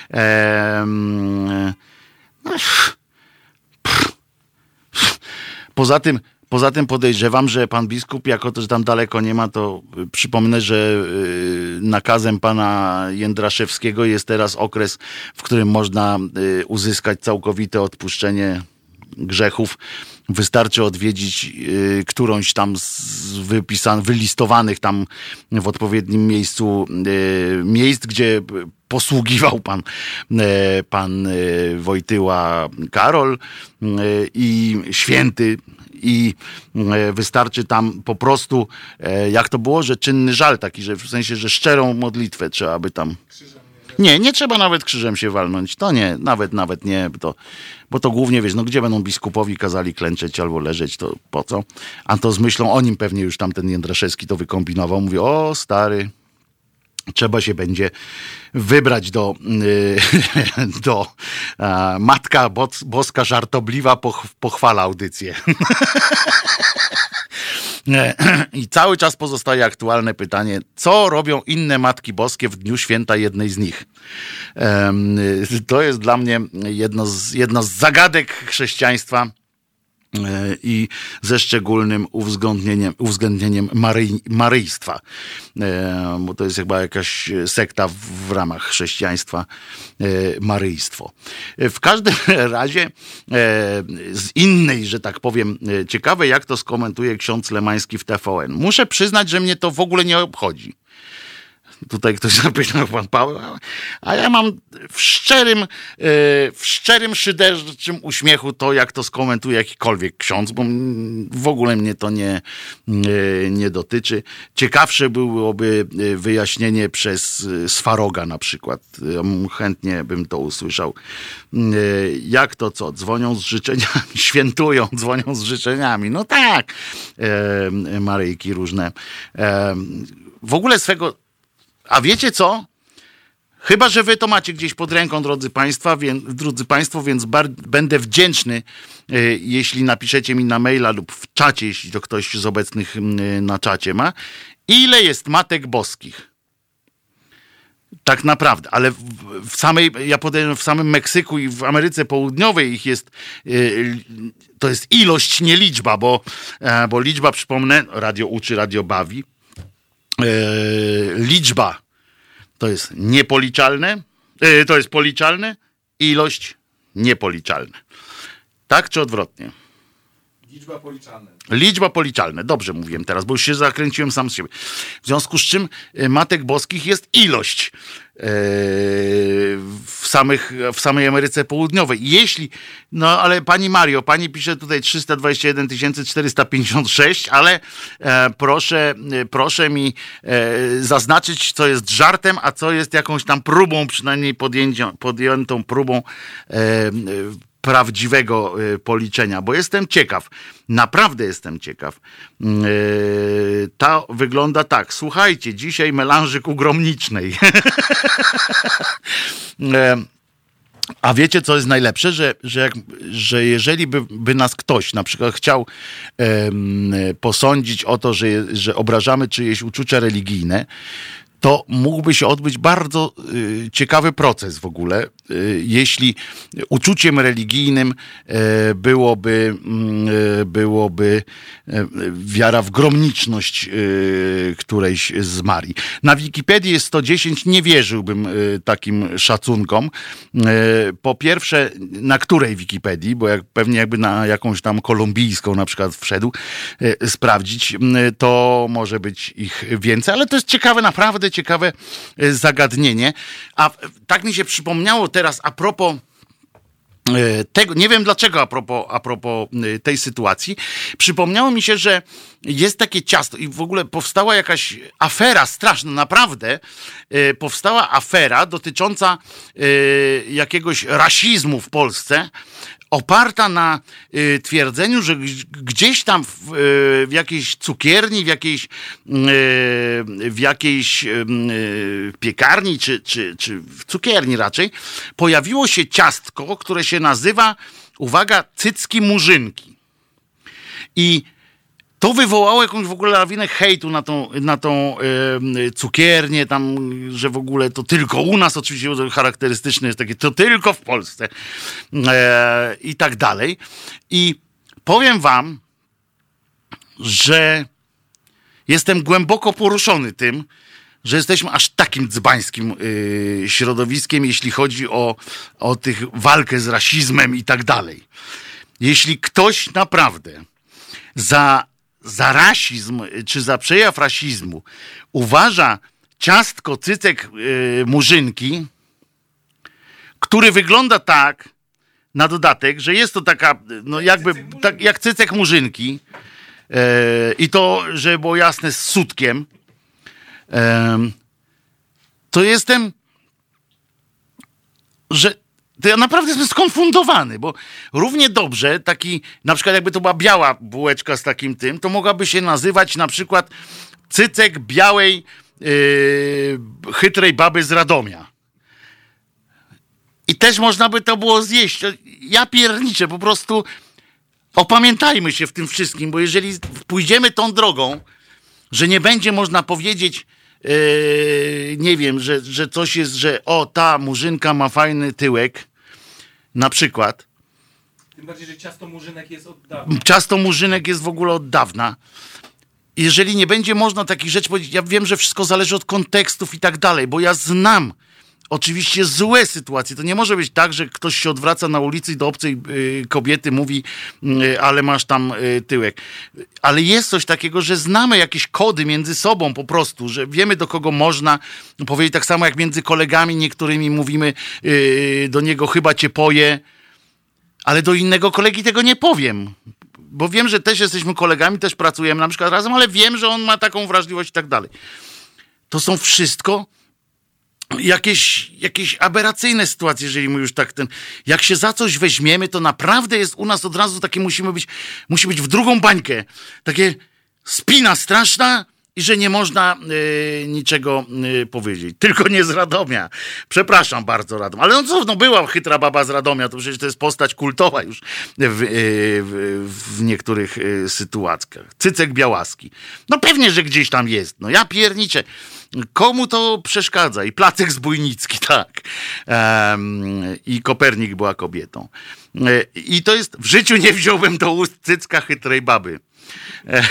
S2: E, no, Poza tym, poza tym podejrzewam, że pan biskup, jako to, że tam daleko nie ma, to przypomnę, że nakazem pana Jędraszewskiego jest teraz okres, w którym można uzyskać całkowite odpuszczenie grzechów. Wystarczy odwiedzić y, którąś tam z wypisan- wylistowanych tam w odpowiednim miejscu y, miejsc, gdzie posługiwał pan, y, pan y, Wojtyła Karol y, i święty. I wystarczy tam po prostu, jak to było, że czynny żal taki, że w sensie, że szczerą modlitwę trzeba by tam... Nie, nie trzeba nawet krzyżem się walnąć. To nie, nawet, nawet nie. To, bo to głównie, wiesz, no gdzie będą biskupowi kazali klęczeć albo leżeć, to po co? A to z myślą o nim pewnie już tam ten Jędraszewski to wykombinował. Mówi, o stary, trzeba się będzie wybrać do, yy, do a, Matka Boska Żartobliwa poch, pochwala audycję. I cały czas pozostaje aktualne pytanie, co robią inne Matki Boskie w dniu święta jednej z nich? To jest dla mnie jedno z, jedna z zagadek chrześcijaństwa i ze szczególnym uwzględnieniem, uwzględnieniem Maryi, maryjstwa, bo to jest chyba jakaś sekta w ramach chrześcijaństwa, maryjstwo. W każdym razie z innej, że tak powiem, ciekawe jak to skomentuje ksiądz Lemański w T V N. Muszę przyznać, że mnie to w ogóle nie obchodzi. Tutaj ktoś zapytał, pan Paweł, a ja mam w szczerym, w szczerym, szyderczym uśmiechu to, jak to skomentuje jakikolwiek ksiądz, bo w ogóle mnie to nie, nie, nie dotyczy. Ciekawsze byłoby wyjaśnienie przez Swaroga na przykład. Chętnie bym to usłyszał. Jak to co? Dzwonią z życzeniami, świętują, dzwonią z życzeniami. No tak, Maryjki różne. W ogóle swego... A wiecie co? Chyba że wy to macie gdzieś pod ręką, drodzy państwa, wie, drodzy państwo, więc bar- będę wdzięczny, y, jeśli napiszecie mi na maila lub w czacie, jeśli to ktoś z obecnych y, na czacie ma, ile jest Matek Boskich. Tak naprawdę, ale w, w samej, ja podejrzewam, w samym Meksyku i w Ameryce Południowej ich jest, y, to jest ilość, nie liczba, bo, y, bo liczba, przypomnę, radio uczy, radio bawi. Yy, liczba to jest niepoliczalne, yy, to jest policzalne, ilość niepoliczalna. Tak czy odwrotnie?
S1: Liczba policzalna.
S2: Liczba policzalna, dobrze mówiłem teraz, bo już się zakręciłem sam z siebie. W związku z czym Matek Boskich jest ilość yy, w, samych, w samej Ameryce Południowej. Jeśli, no ale pani Mario, pani pisze tutaj trzysta dwadzieścia jeden tysięcy czterysta pięćdziesiąt sześć, ale e, proszę, proszę mi e, zaznaczyć, co jest żartem, a co jest jakąś tam próbą, przynajmniej podjęcią, podjętą próbą e, prawdziwego y, policzenia, bo jestem ciekaw, naprawdę jestem ciekaw. Yy, ta wygląda tak, słuchajcie, dzisiaj melanżyk u Gromnicznej. yy, a wiecie, co jest najlepsze? Że, że, jak, że jeżeli by, by nas ktoś na przykład chciał yy, posądzić o to, że, że obrażamy czyjeś uczucia religijne, to mógłby się odbyć bardzo y, ciekawy proces w ogóle, y, jeśli uczuciem religijnym y, byłoby, y, byłoby y, wiara w gromniczność y, którejś z Marii. Na Wikipedii jest sto dziesięć, nie wierzyłbym y, takim szacunkom. Y, po pierwsze, na której Wikipedii, bo jak, pewnie jakby na jakąś tam kolumbijską na przykład wszedł, y, sprawdzić, y, to może być ich więcej, ale to jest ciekawe, naprawdę ciekawe zagadnienie. A tak mi się przypomniało teraz a propos tego, nie wiem dlaczego a propos, a propos tej sytuacji, przypomniało mi się, że jest takie ciasto i w ogóle powstała jakaś afera straszna, naprawdę powstała afera dotycząca jakiegoś rasizmu w Polsce, oparta na y, twierdzeniu, że gdzieś tam w, y, w jakiejś cukierni, w jakiejś, y, w jakiejś y, piekarni, czy, czy, czy w cukierni raczej, pojawiło się ciastko, które się nazywa, uwaga, cycki murzynki. I to wywołało jakąś w ogóle lawinę hejtu na tą, na tą e, cukiernię, tam, że w ogóle to tylko u nas, oczywiście charakterystyczne jest takie, to tylko w Polsce e, i tak dalej. I powiem wam, że jestem głęboko poruszony tym, że jesteśmy aż takim dzbańskim yy, środowiskiem, jeśli chodzi o, o tych walkę z rasizmem i tak dalej. Jeśli ktoś naprawdę za, za rasizm, czy za przejaw rasizmu uważa ciastko cycek yy, murzynki, który wygląda tak, na dodatek, że jest to taka, no jakby, tak, jak cycek murzynki, yy, i to, żeby było jasne, z sutkiem, yy, to jestem, że to ja naprawdę jestem skonfundowany, bo równie dobrze taki, na przykład jakby to była biała bułeczka z takim tym, to mogłaby się nazywać na przykład cycek białej yy, chytrej baby z Radomia. I też można by to było zjeść. Ja pierniczę, po prostu opamiętajmy się w tym wszystkim, bo jeżeli pójdziemy tą drogą, że nie będzie można powiedzieć, Yy, nie wiem, że, że coś jest, że o, ta murzynka ma fajny tyłek, na przykład.
S1: Tym bardziej, że ciasto murzynek jest od dawna.
S2: Ciasto murzynek jest w ogóle od dawna. Jeżeli nie będzie można takich rzeczy powiedzieć, ja wiem, że wszystko zależy od kontekstów i tak dalej, bo ja znam oczywiście złe sytuacje. To nie może być tak, że ktoś się odwraca na ulicy i do obcej y, kobiety mówi, y, ale masz tam y, tyłek. Ale jest coś takiego, że znamy jakieś kody między sobą po prostu, że wiemy, do kogo można powiedzieć, tak samo jak między kolegami niektórymi mówimy y, do niego chyba cię poje, ale do innego kolegi tego nie powiem. Bo wiem, że też jesteśmy kolegami, też pracujemy na przykład razem, ale wiem, że on ma taką wrażliwość i tak dalej. To są wszystko Jakieś, jakieś aberracyjne sytuacje, jeżeli my już tak ten... Jak się za coś weźmiemy, to naprawdę jest u nas od razu takie, musimy być, musi być w drugą bańkę. Takie spina straszna i że nie można y, niczego y, powiedzieć. Tylko nie z Radomia. Przepraszam bardzo, Radom. Ale no co, no była chytra baba z Radomia, to przecież to jest postać kultowa już w, y, w, w niektórych y, sytuacjach. Cycek Białaski. No pewnie, że gdzieś tam jest. No ja pierniczę. Komu to przeszkadza? I Placek Zbójnicki, tak. Um, I Kopernik była kobietą. E, I to jest, w życiu nie wziąłbym do ust cycka chytrej baby. E,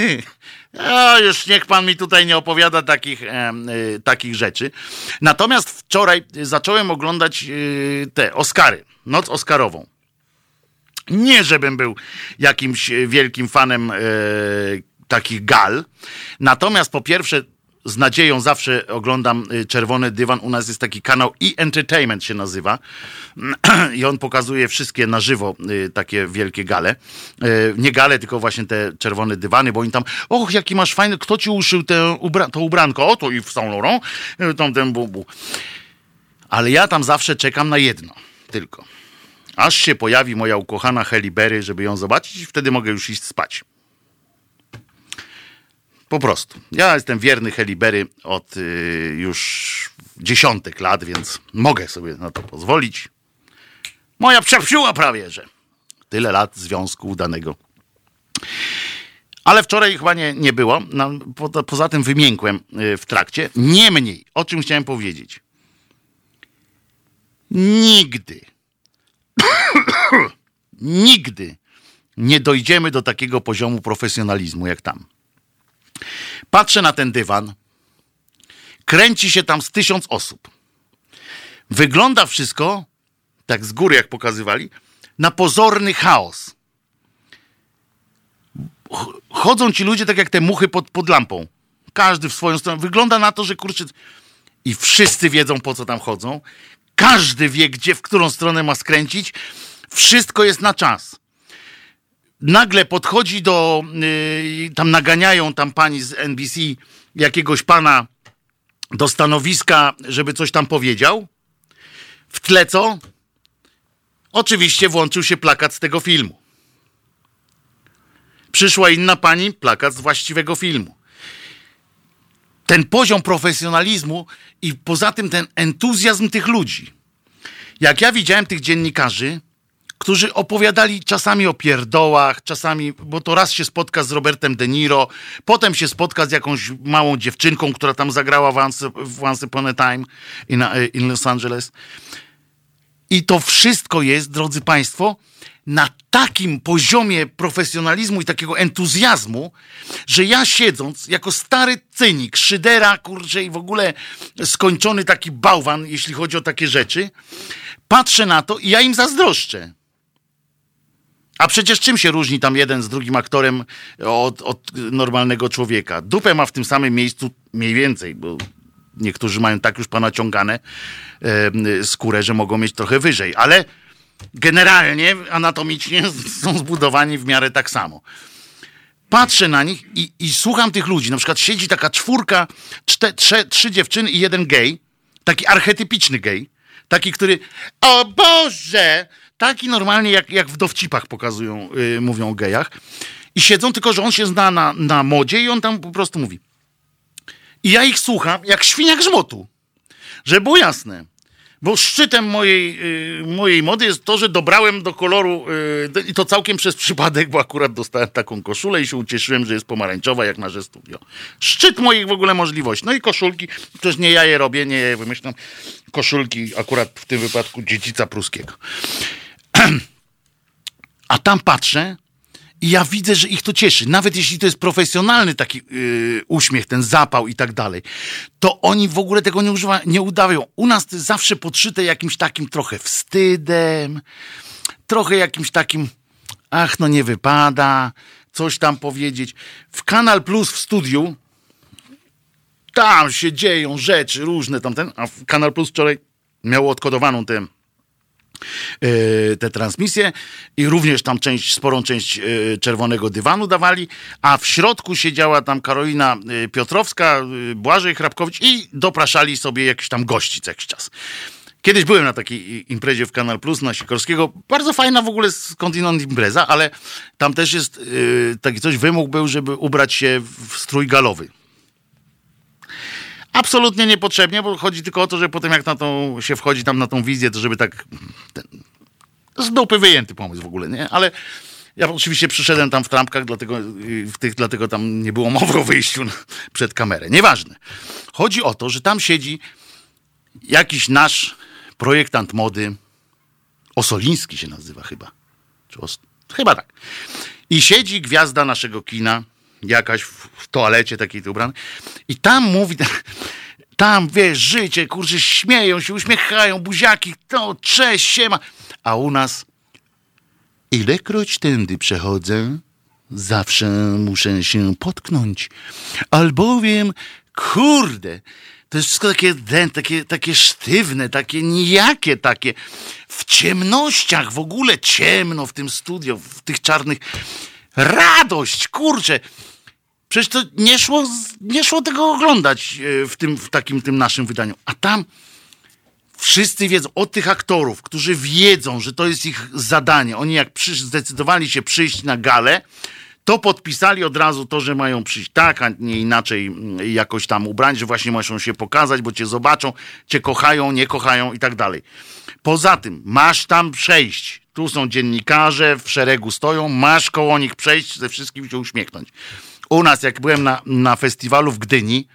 S2: o, już niech pan mi tutaj nie opowiada takich, e, e, takich rzeczy. Natomiast wczoraj zacząłem oglądać e, te Oscary, Noc Oscarową. Nie, żebym był jakimś wielkim fanem e, takich gal. Natomiast po pierwsze, z nadzieją zawsze oglądam Czerwony Dywan. U nas jest taki kanał E-Entertainment się nazywa i on pokazuje wszystkie na żywo takie wielkie gale. Nie gale, tylko właśnie te czerwone dywany, bo oni tam, och, jaki masz fajny, kto ci uszył te ubra- to ubranko? O, to i w Saint Laurent, tam ten bubu. Ale ja tam zawsze czekam na jedno tylko. Aż się pojawi moja ukochana Halle Berry, żeby ją zobaczyć i wtedy mogę już iść spać. Po prostu. Ja jestem wierny Halle Berry od y, już dziesiątek lat, więc mogę sobie na to pozwolić. Moja przyjaciółka prawie, że tyle lat związku udanego. Ale wczoraj chyba nie, nie było. No, po, poza tym wymiękłem y, w trakcie. Niemniej, o czym chciałem powiedzieć. Nigdy, nigdy nie dojdziemy do takiego poziomu profesjonalizmu jak tam. Patrzę na ten dywan, kręci się tam z tysiąc osób. Wygląda wszystko, tak z góry jak pokazywali, na pozorny chaos. Chodzą ci ludzie tak jak te muchy pod, pod lampą. Każdy w swoją stronę. Wygląda na to, że kurczę... I wszyscy wiedzą, po co tam chodzą. Każdy wie, gdzie, w którą stronę ma skręcić. Wszystko jest na czas. Nagle podchodzi do, yy, tam naganiają tam pani z N B C jakiegoś pana do stanowiska, żeby coś tam powiedział. W tle co? Oczywiście włączył się plakat z tego filmu. Przyszła inna pani, plakat z właściwego filmu. Ten poziom profesjonalizmu i poza tym ten entuzjazm tych ludzi. Jak ja widziałem tych dziennikarzy, którzy opowiadali czasami o pierdołach, czasami, bo to raz się spotka z Robertem De Niro, potem się spotka z jakąś małą dziewczynką, która tam zagrała w Once, w Once Upon a Time in, in Los Angeles. I to wszystko jest, drodzy państwo, na takim poziomie profesjonalizmu i takiego entuzjazmu, że ja siedząc jako stary cynik, szydera, kurczę, i w ogóle skończony taki bałwan, jeśli chodzi o takie rzeczy, patrzę na to i ja im zazdroszczę. A przecież czym się różni tam jeden z drugim aktorem od, od normalnego człowieka? Dupę ma w tym samym miejscu mniej więcej, bo niektórzy mają tak już ponaciągane e, skórę, że mogą mieć trochę wyżej, ale generalnie anatomicznie są zbudowani w miarę tak samo. Patrzę na nich i, i słucham tych ludzi. Na przykład siedzi taka czwórka, czte, trze, trzy dziewczyny i jeden gej, taki archetypiczny gej, taki, który o Boże, taki normalnie jak, jak w dowcipach pokazują, yy, mówią o gejach. I siedzą, tylko że on się zna na, na modzie i on tam po prostu mówi. I ja ich słucham jak świnia grzmotu. Żeby było jasne. Bo szczytem mojej, yy, mojej mody jest to, że dobrałem do koloru yy, i to całkiem przez przypadek, bo akurat dostałem taką koszulę i się ucieszyłem, że jest pomarańczowa jak nasze studio. Szczyt moich w ogóle możliwości. No i koszulki, przecież nie ja je robię, nie ja je wymyślam. Koszulki akurat w tym wypadku dziedzica pruskiego. A tam patrzę i ja widzę, że ich to cieszy. Nawet jeśli to jest profesjonalny taki yy, uśmiech, ten zapał i tak dalej, to oni w ogóle tego nie używają, nie udawają. U nas to jest zawsze podszyte jakimś takim trochę wstydem, trochę jakimś takim, ach, no nie wypada, coś tam powiedzieć. W Kanal Plus w studiu tam się dzieją rzeczy różne tamten, a w Kanal Plus wczoraj miało odkodowaną tę te transmisje i również tam część, sporą część czerwonego dywanu dawali, a w środku siedziała tam Karolina Piotrowska, Błażej Hrabkowicz i dopraszali sobie jakiś tam gości co jakiś czas. Kiedyś byłem na takiej imprezie w Kanal Plus na Sikorskiego. Bardzo fajna w ogóle skądinąd impreza, ale tam też jest taki coś, wymóg był, żeby ubrać się w strój galowy. Absolutnie niepotrzebnie, bo chodzi tylko o to, że potem jak na tą się wchodzi tam na tą wizję, to żeby tak ten, z dupy wyjęty pomysł w ogóle, nie? Ale ja oczywiście przyszedłem tam w trampkach, dlatego, w tych, dlatego tam nie było mowy o wyjściu na, przed kamerę. Nieważne. Chodzi o to, że tam siedzi jakiś nasz projektant mody, Osoliński się nazywa chyba. Czy os... Chyba tak. I siedzi gwiazda naszego kina, jakaś w, w toalecie takiej ubrany. I tam mówi, tam wiesz, życie, kurczę, śmieją się, uśmiechają, buziaki, to cześć, siema. A u nas ilekroć tędy przechodzę, zawsze muszę się potknąć, albowiem, kurde, to jest wszystko takie, takie, takie sztywne, takie nijakie, takie w ciemnościach, w ogóle ciemno w tym studio, w tych czarnych. Radość, kurczę. Przecież to nie szło, nie szło tego oglądać w tym, w takim tym naszym wydaniu. A tam wszyscy wiedzą, od tych aktorów, którzy wiedzą, że to jest ich zadanie. Oni jak przysz, zdecydowali się przyjść na galę, to podpisali od razu to, że mają przyjść tak, a nie inaczej jakoś tam ubrać, że właśnie muszą się pokazać, bo cię zobaczą, cię kochają, nie kochają i tak dalej. Poza tym masz tam przejść. Tu są dziennikarze, w szeregu stoją, masz koło nich przejść, ze wszystkim się uśmiechnąć. U nas, jak byłem na, na festiwalu w Gdyni,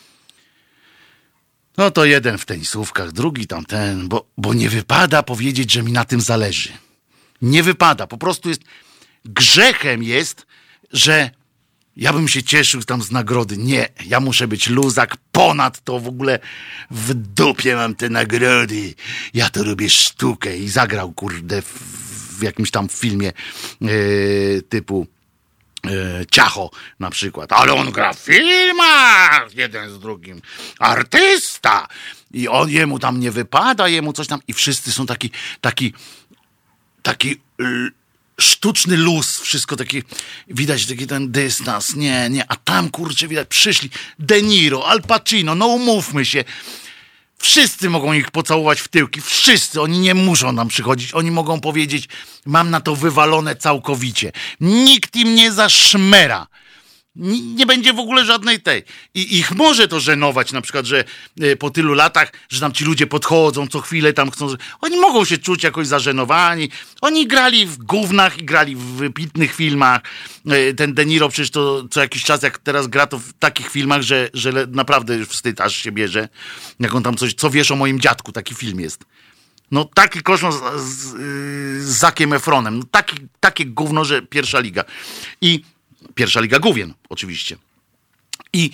S2: no to jeden w tenisówkach, drugi tamten, bo, bo nie wypada powiedzieć, że mi na tym zależy. Nie wypada, po prostu jest, grzechem jest, że ja bym się cieszył tam z nagrody. Nie, ja muszę być luzak, ponad to w ogóle w dupie mam te nagrody. Ja to robię sztukę i zagrał, kurde, w, w jakimś tam filmie yy, typu yy, Ciacho na przykład. Ale on gra w filmach, jeden z drugim. Artysta. I on, jemu tam nie wypada, jemu coś tam. I wszyscy są taki, taki, taki... Yy, sztuczny luz, wszystko takie, widać taki ten dystans, nie, nie, a tam kurczę widać, przyszli De Niro, Al Pacino, no umówmy się, wszyscy mogą ich pocałować w tyłki, wszyscy, oni nie muszą nam przychodzić, oni mogą powiedzieć, mam na to wywalone całkowicie, nikt im nie zaszmera. Nie będzie w ogóle żadnej tej. I ich może to żenować, na przykład, że po tylu latach, że tam ci ludzie podchodzą, co chwilę tam chcą. Oni mogą się czuć jakoś zażenowani. Oni grali w gównach i grali w wypitnych filmach. Ten De Niro przecież to co jakiś czas, jak teraz gra, to w takich filmach, że, że naprawdę wstyd aż się bierze. Jak on tam coś, co wiesz o moim dziadku, taki film jest. No taki kosmos z, z, z Zakiem Efronem. No, taki, takie gówno, że pierwsza liga. I pierwsza liga Główien oczywiście. I,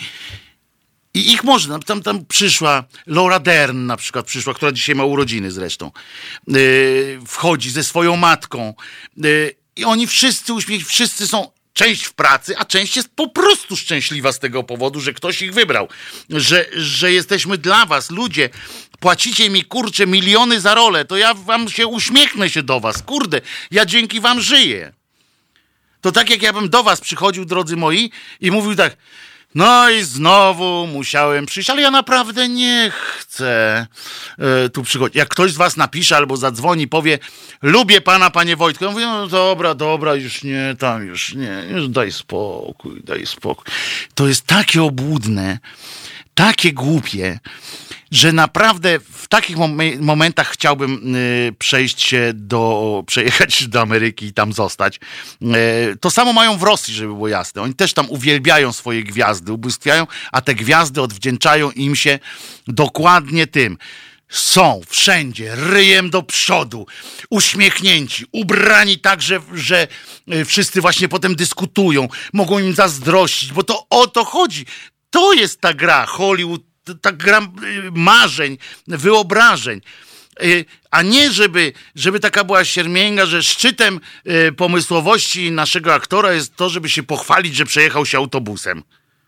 S2: i ich można, tam, tam przyszła Laura Dern na przykład, przyszła, która dzisiaj ma urodziny zresztą. Yy, wchodzi ze swoją matką. Yy, I oni wszyscy uśmiechni, wszyscy są, część w pracy, a część jest po prostu szczęśliwa z tego powodu, że ktoś ich wybrał. Że, że jesteśmy dla was, ludzie. Płacicie mi, kurczę, miliony za rolę, to ja wam się uśmiechnę się do was. Kurde, ja dzięki wam żyję. To tak jak ja bym do was przychodził, drodzy moi, i mówił tak, no i znowu musiałem przyjść, ale ja naprawdę nie chcę e, tu przychodzić. Jak ktoś z was napisze albo zadzwoni, powie, lubię pana, panie Wojtku. Ja mówię, no dobra, dobra, już nie, tam już nie, już daj spokój, daj spokój. To jest takie obłudne, takie głupie, że naprawdę w takich mom- momentach chciałbym y, przejść się do, przejechać do Ameryki i tam zostać. Y, to samo mają w Rosji, żeby było jasne. Oni też tam uwielbiają swoje gwiazdy, ubóstwiają, a te gwiazdy odwdzięczają im się dokładnie tym. Są wszędzie, ryjem do przodu, uśmiechnięci, ubrani tak, że, że wszyscy właśnie potem dyskutują, mogą im zazdrościć, bo to o to chodzi. To jest ta gra Hollywood, ta gra marzeń, wyobrażeń. A nie, żeby, żeby taka była siermięga, że szczytem pomysłowości naszego aktora jest to, żeby się pochwalić, że przejechał się autobusem.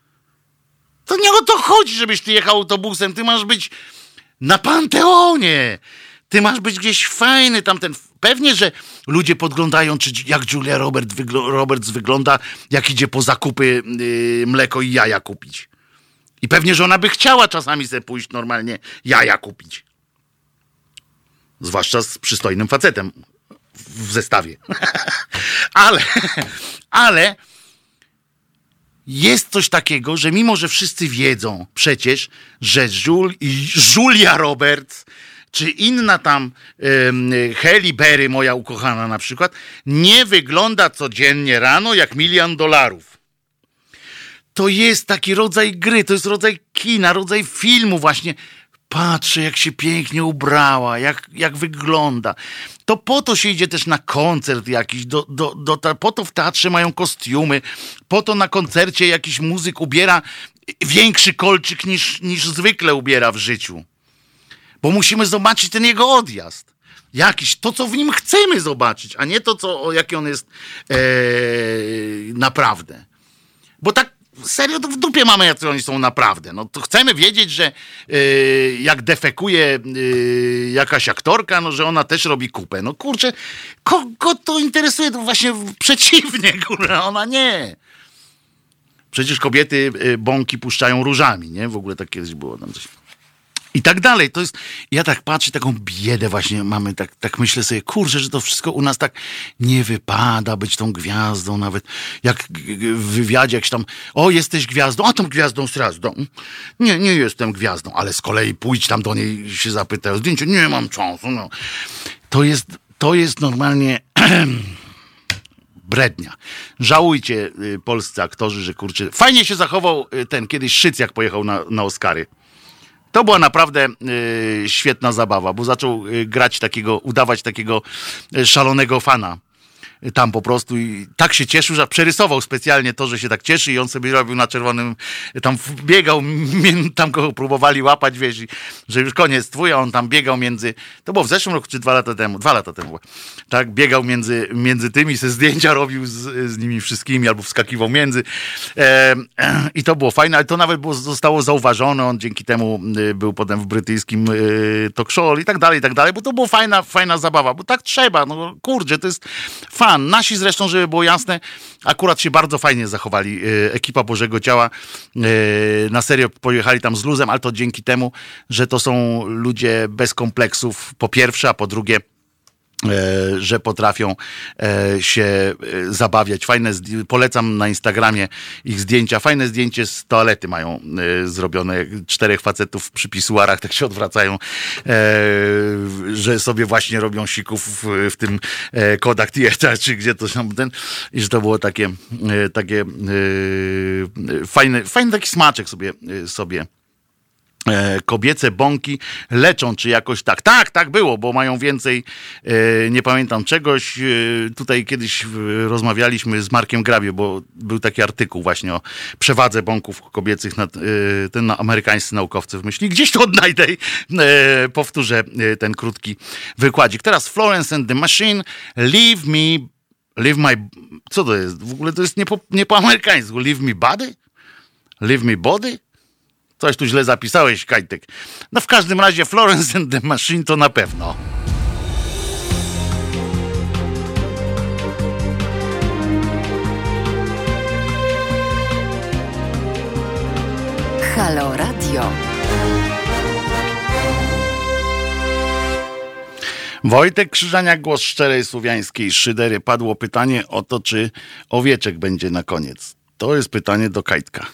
S2: To nie o to chodzi, żebyś ty jechał autobusem. Ty masz być na Panteonie. Ty masz być gdzieś fajny tamten. Pewnie, że ludzie podglądają, czy jak Julia Roberts, wygl- Roberts wygląda, jak idzie po zakupy yy, mleko i jaja kupić. I pewnie, że ona by chciała czasami sobie pójść normalnie jaja kupić. Zwłaszcza z przystojnym facetem w zestawie. ale, ale jest coś takiego, że mimo, że wszyscy wiedzą przecież, że Jul- Julia Roberts czy inna tam um, Halle Berry, moja ukochana na przykład, nie wygląda codziennie rano jak milion dolarów. To jest taki rodzaj gry, to jest rodzaj kina, rodzaj filmu właśnie. Patrzę, jak się pięknie ubrała, jak, jak wygląda. To po to się idzie też na koncert jakiś, do, do, do, ta, po to w teatrze mają kostiumy, po to na koncercie jakiś muzyk ubiera większy kolczyk niż, niż zwykle ubiera w życiu. Bo musimy zobaczyć ten jego odjazd. Jakiś, to co w nim chcemy zobaczyć, a nie to, co, jaki on jest ee, naprawdę. Bo tak serio to w dupie mamy, jacy oni są naprawdę. No to chcemy wiedzieć, że yy, jak defekuje yy, jakaś aktorka, no że ona też robi kupę. No kurczę, kogo to interesuje? To właśnie przeciwnie, kurwa, ona nie. Przecież kobiety yy, bąki puszczają różami, nie? W ogóle tak kiedyś było tam coś. I tak dalej. To jest, ja tak patrzę, taką biedę właśnie mamy, tak, tak myślę sobie, kurczę, że to wszystko u nas tak nie wypada być tą gwiazdą, nawet jak w wywiadzie jakś tam, o, jesteś gwiazdą, a tą gwiazdą srazdą. Nie, nie jestem gwiazdą, ale z kolei pójdź tam do niej się zapytaj o zdjęcie, nie mam czasu, no. To jest, to jest normalnie brednia. Żałujcie, y, polscy aktorzy, że kurczę, fajnie się zachował y, ten, kiedyś Szyc, jak pojechał na, na Oscary. To była naprawdę y, świetna zabawa, bo zaczął y, grać takiego, udawać takiego y, szalonego fana. Y, tam po prostu i tak się cieszył, że przerysował specjalnie to, że się tak cieszy i on sobie robił na czerwonym, y, tam biegał, tam go próbowali łapać, wiesz, i, że już koniec twój, a on tam biegał między, to było w zeszłym roku czy dwa lata temu, dwa lata temu, tak, biegał między, między tymi, se zdjęcia robił z, z nimi wszystkimi, albo wskakiwał między e, e, i to było fajne, ale to nawet było, zostało zauważone, on dzięki temu y, był potem w brytyjskim y, talk show i tak dalej, i tak dalej, bo to była fajna, fajna zabawa, bo tak trzeba, no kurczę, to jest fan. Nasi zresztą, żeby było jasne, akurat się bardzo fajnie zachowali. E, ekipa Bożego Ciała e, na serio pojechali tam z luzem, ale to dzięki temu, że to są ludzie bez kompleksów, po pierwsze, a po drugie, E, że potrafią e, się e, zabawiać. Fajne, zd- polecam na Instagramie ich zdjęcia. Fajne zdjęcie z toalety mają e, zrobione. Czterech facetów przy pisuarach tak się odwracają, e, że sobie właśnie robią sików w, w tym e, Kodak Theater, czy gdzie to tam ten, i że to było takie e, takie e, fajny, fajny taki smaczek sobie, e, sobie kobiece bąki leczą, czy jakoś tak. Tak, tak było, bo mają więcej, nie pamiętam czegoś. Tutaj kiedyś rozmawialiśmy z Markiem Grabie, bo był taki artykuł właśnie o przewadze bąków kobiecych, nad, ten amerykańscy naukowcy wymyślili. Gdzieś to odnajdę i powtórzę ten krótki wykładzik. Teraz Florence and the Machine, Leave Me, Leave My, co to jest? W ogóle to jest nie po, nie po amerykańsku. Leave Me Body? Leave Me Body? Coś tu źle zapisałeś, Kajtek. No w każdym razie Florence and the Machine to na pewno.
S4: Halo Radio.
S2: Wojtek Krzyżaniak, głos szczerej słowiańskiej szydery. Padło pytanie o to, czy owieczek będzie na koniec. To jest pytanie do Kajtka.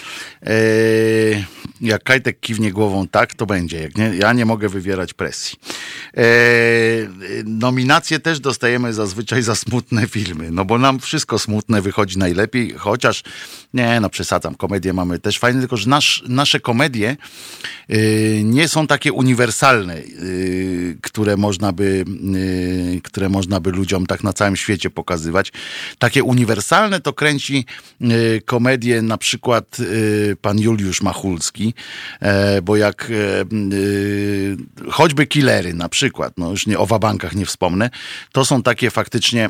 S2: Eee, jak Kajtek kiwnie głową tak, to będzie. Jak nie, ja nie mogę wywierać presji. Eee, nominacje też dostajemy zazwyczaj za smutne filmy, no bo nam wszystko smutne wychodzi najlepiej, chociaż nie, no przesadzam, komedie mamy też fajne, tylko że nasz, nasze komedie yy, nie są takie uniwersalne, yy, które można by yy, które można by ludziom tak na całym świecie pokazywać. Takie uniwersalne to kręci yy, komedie na przykład yy, pan Juliusz Machulski, yy, bo jak yy, choćby Killery na przykład, no już nie o wabankach nie wspomnę, to są takie faktycznie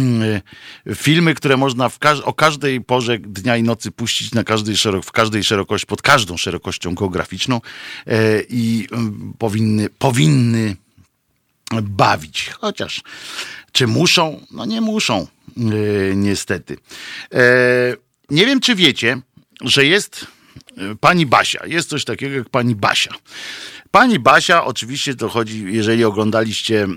S2: filmy, które można w każ- o każdej porze dnia i nocy puścić na każdej szerok- w każdej szerokości, pod każdą szerokością geograficzną e, i e, powinny, powinny bawić. Chociaż czy muszą? No nie muszą, e, niestety. E, nie wiem, czy wiecie, że jest pani Basia. Jest coś takiego jak pani Basia. Pani Basia, oczywiście to chodzi, jeżeli oglądaliście e,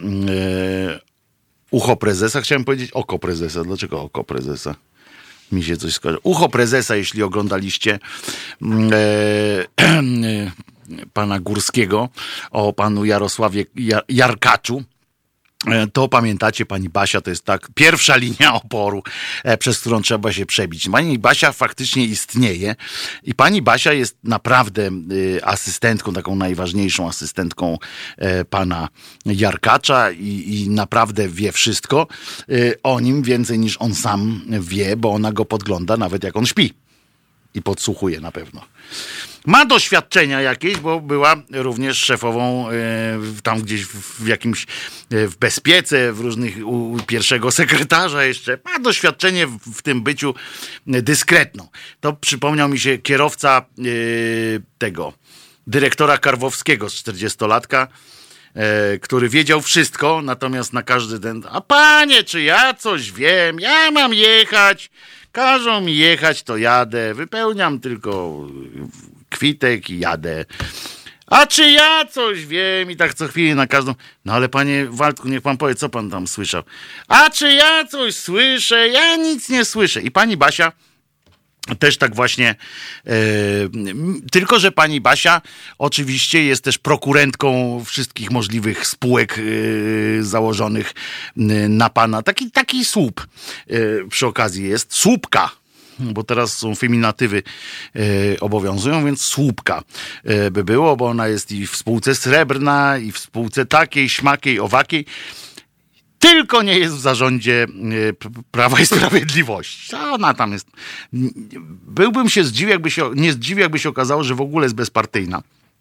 S2: Ucho Prezesa, chciałem powiedzieć Oko Prezesa. Dlaczego Oko Prezesa? Mi się coś skojarzy. Ucho Prezesa, jeśli oglądaliście e, e, pana Górskiego o panu Jarosławie Jarkaczu, to pamiętacie, pani Basia to jest tak pierwsza linia oporu, e, przez którą trzeba się przebić. Pani Basia faktycznie istnieje i pani Basia jest naprawdę e, asystentką, taką najważniejszą asystentką e, pana Jarkacza i, i naprawdę wie wszystko e, o nim, więcej niż on sam wie, bo ona go podgląda nawet jak on śpi i podsłuchuje na pewno. Ma doświadczenia jakieś, bo była również szefową e, tam gdzieś w, w jakimś, e, w bezpiece, w różnych, u, u pierwszego sekretarza jeszcze. Ma doświadczenie w, w tym byciu dyskretną. To przypomniał mi się kierowca e, tego, dyrektora Karwowskiego z czterdziestolatka, e, który wiedział wszystko, natomiast na każdy ten, a panie, czy ja coś wiem, ja mam jechać, każą mi jechać, to jadę, wypełniam tylko kwitek i jadę. A czy ja coś wiem? I tak co chwilę na każdą... No ale panie Waldku, niech pan powie, co pan tam słyszał. A czy ja coś słyszę? Ja nic nie słyszę. I pani Basia też tak właśnie, e, tylko że pani Basia oczywiście jest też prokurentką wszystkich możliwych spółek e, założonych na pana. Taki, taki słup e, przy okazji jest. Słupka, bo teraz są feminatywy e, obowiązują, więc słupka e, by było, bo ona jest i w spółce Srebrna, i w spółce takiej, śmakiej, owakiej. Tylko nie jest w zarządzie Prawa i Sprawiedliwości. A ona tam jest. Byłbym się zdziwił, jakby się, nie zdziwił, jakby się okazało, że w ogóle jest bezpartyjna.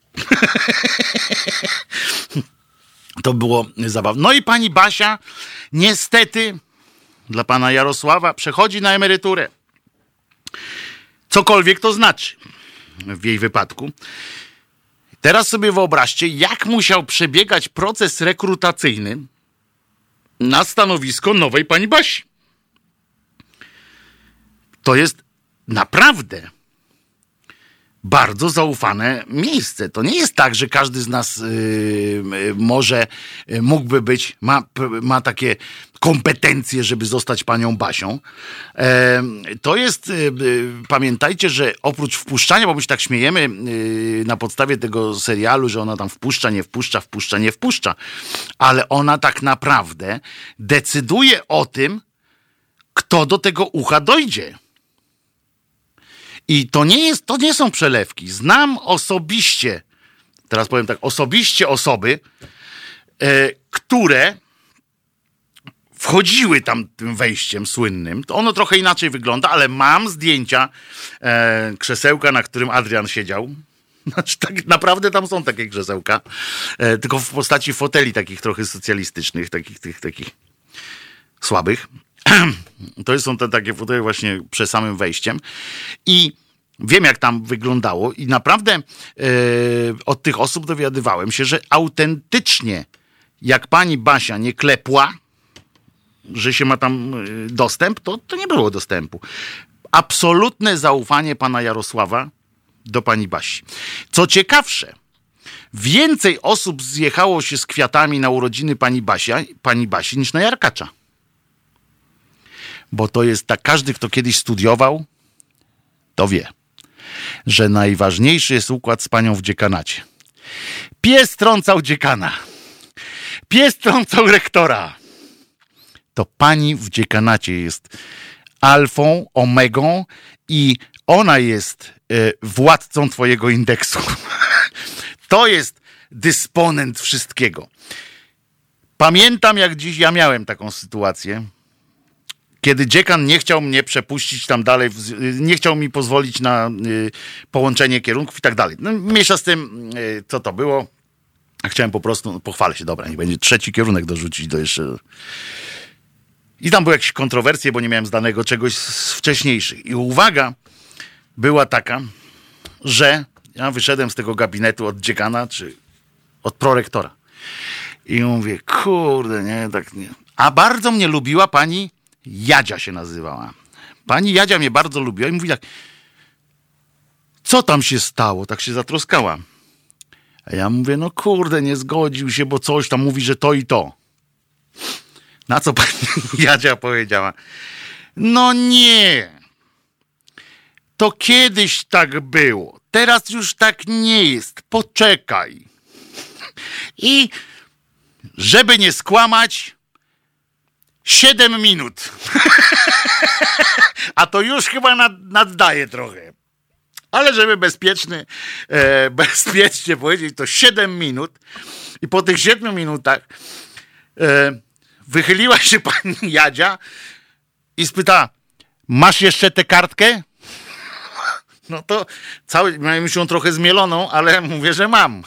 S2: To było zabawne. No i pani Basia niestety dla pana Jarosława przechodzi na emeryturę. Cokolwiek to znaczy w jej wypadku. Teraz sobie wyobraźcie, jak musiał przebiegać proces rekrutacyjny na stanowisko nowej pani Basi. To jest naprawdę bardzo zaufane miejsce. To nie jest tak, że każdy z nas yy, może, yy, mógłby być, ma, ma takie kompetencje, żeby zostać panią Basią. E, to jest, yy, pamiętajcie, że oprócz wpuszczania, bo my się tak śmiejemy yy, na podstawie tego serialu, że ona tam wpuszcza, nie wpuszcza, wpuszcza, nie wpuszcza, ale ona tak naprawdę decyduje o tym, kto do tego ucha dojdzie. I to nie jest, to nie są przelewki. Znam osobiście teraz powiem tak, osobiście osoby, e, które wchodziły tam tym wejściem słynnym. To ono trochę inaczej wygląda, ale mam zdjęcia e, krzesełka, na którym Adrian siedział. Znaczy, tak naprawdę tam są takie krzesełka, e, tylko w postaci foteli takich trochę socjalistycznych, takich tych takich słabych. To są te takie fotele właśnie przed samym wejściem. I wiem, jak tam wyglądało i naprawdę e, od tych osób dowiadywałem się, że autentycznie jak pani Basia nie klepła, że się ma tam dostęp, to, to nie było dostępu. Absolutne zaufanie pana Jarosława do pani Basi. Co ciekawsze, więcej osób zjechało się z kwiatami na urodziny pani, Basia, pani Basi niż na Jarkacza. Bo to jest tak, każdy, kto kiedyś studiował, to wie, że najważniejszy jest układ z panią w dziekanacie. Pies trącał dziekana. Pies trącał rektora. To pani w dziekanacie jest alfą, omegą i ona jest y, władcą twojego indeksu. To jest dysponent wszystkiego. Pamiętam, jak dziś ja miałem taką sytuację, kiedy dziekan nie chciał mnie przepuścić tam dalej, nie chciał mi pozwolić na y, połączenie kierunków i tak dalej. No, mniejsza z tym, y, co to było. Chciałem po prostu, no, pochwalę się, dobra, niech będzie trzeci kierunek dorzucić do jeszcze... I tam były jakieś kontrowersje, bo nie miałem zdanego czegoś z wcześniejszych. I uwaga była taka, że ja wyszedłem z tego gabinetu od dziekana, czy od prorektora. I mówię, kurde, nie, tak nie. A bardzo mnie lubiła pani Jadzia się nazywała. Pani Jadzia mnie bardzo lubiła i mówi tak, co tam się stało? Tak się zatroskała. A ja mówię, no kurde, nie zgodził się, bo coś tam mówi, że to i to. Na co pani Jadzia powiedziała? No nie. To kiedyś tak było. Teraz już tak nie jest. Poczekaj. I żeby nie skłamać, siedem minut. A to już chyba nad, naddaje trochę. Ale żeby bezpieczny, e, bezpiecznie powiedzieć, to siedem minut. I po tych siedmiu minutach e, wychyliła się pani Jadzia i spytała, masz jeszcze tę kartkę? No to cały, miałem już ją trochę zmieloną, ale mówię, że mam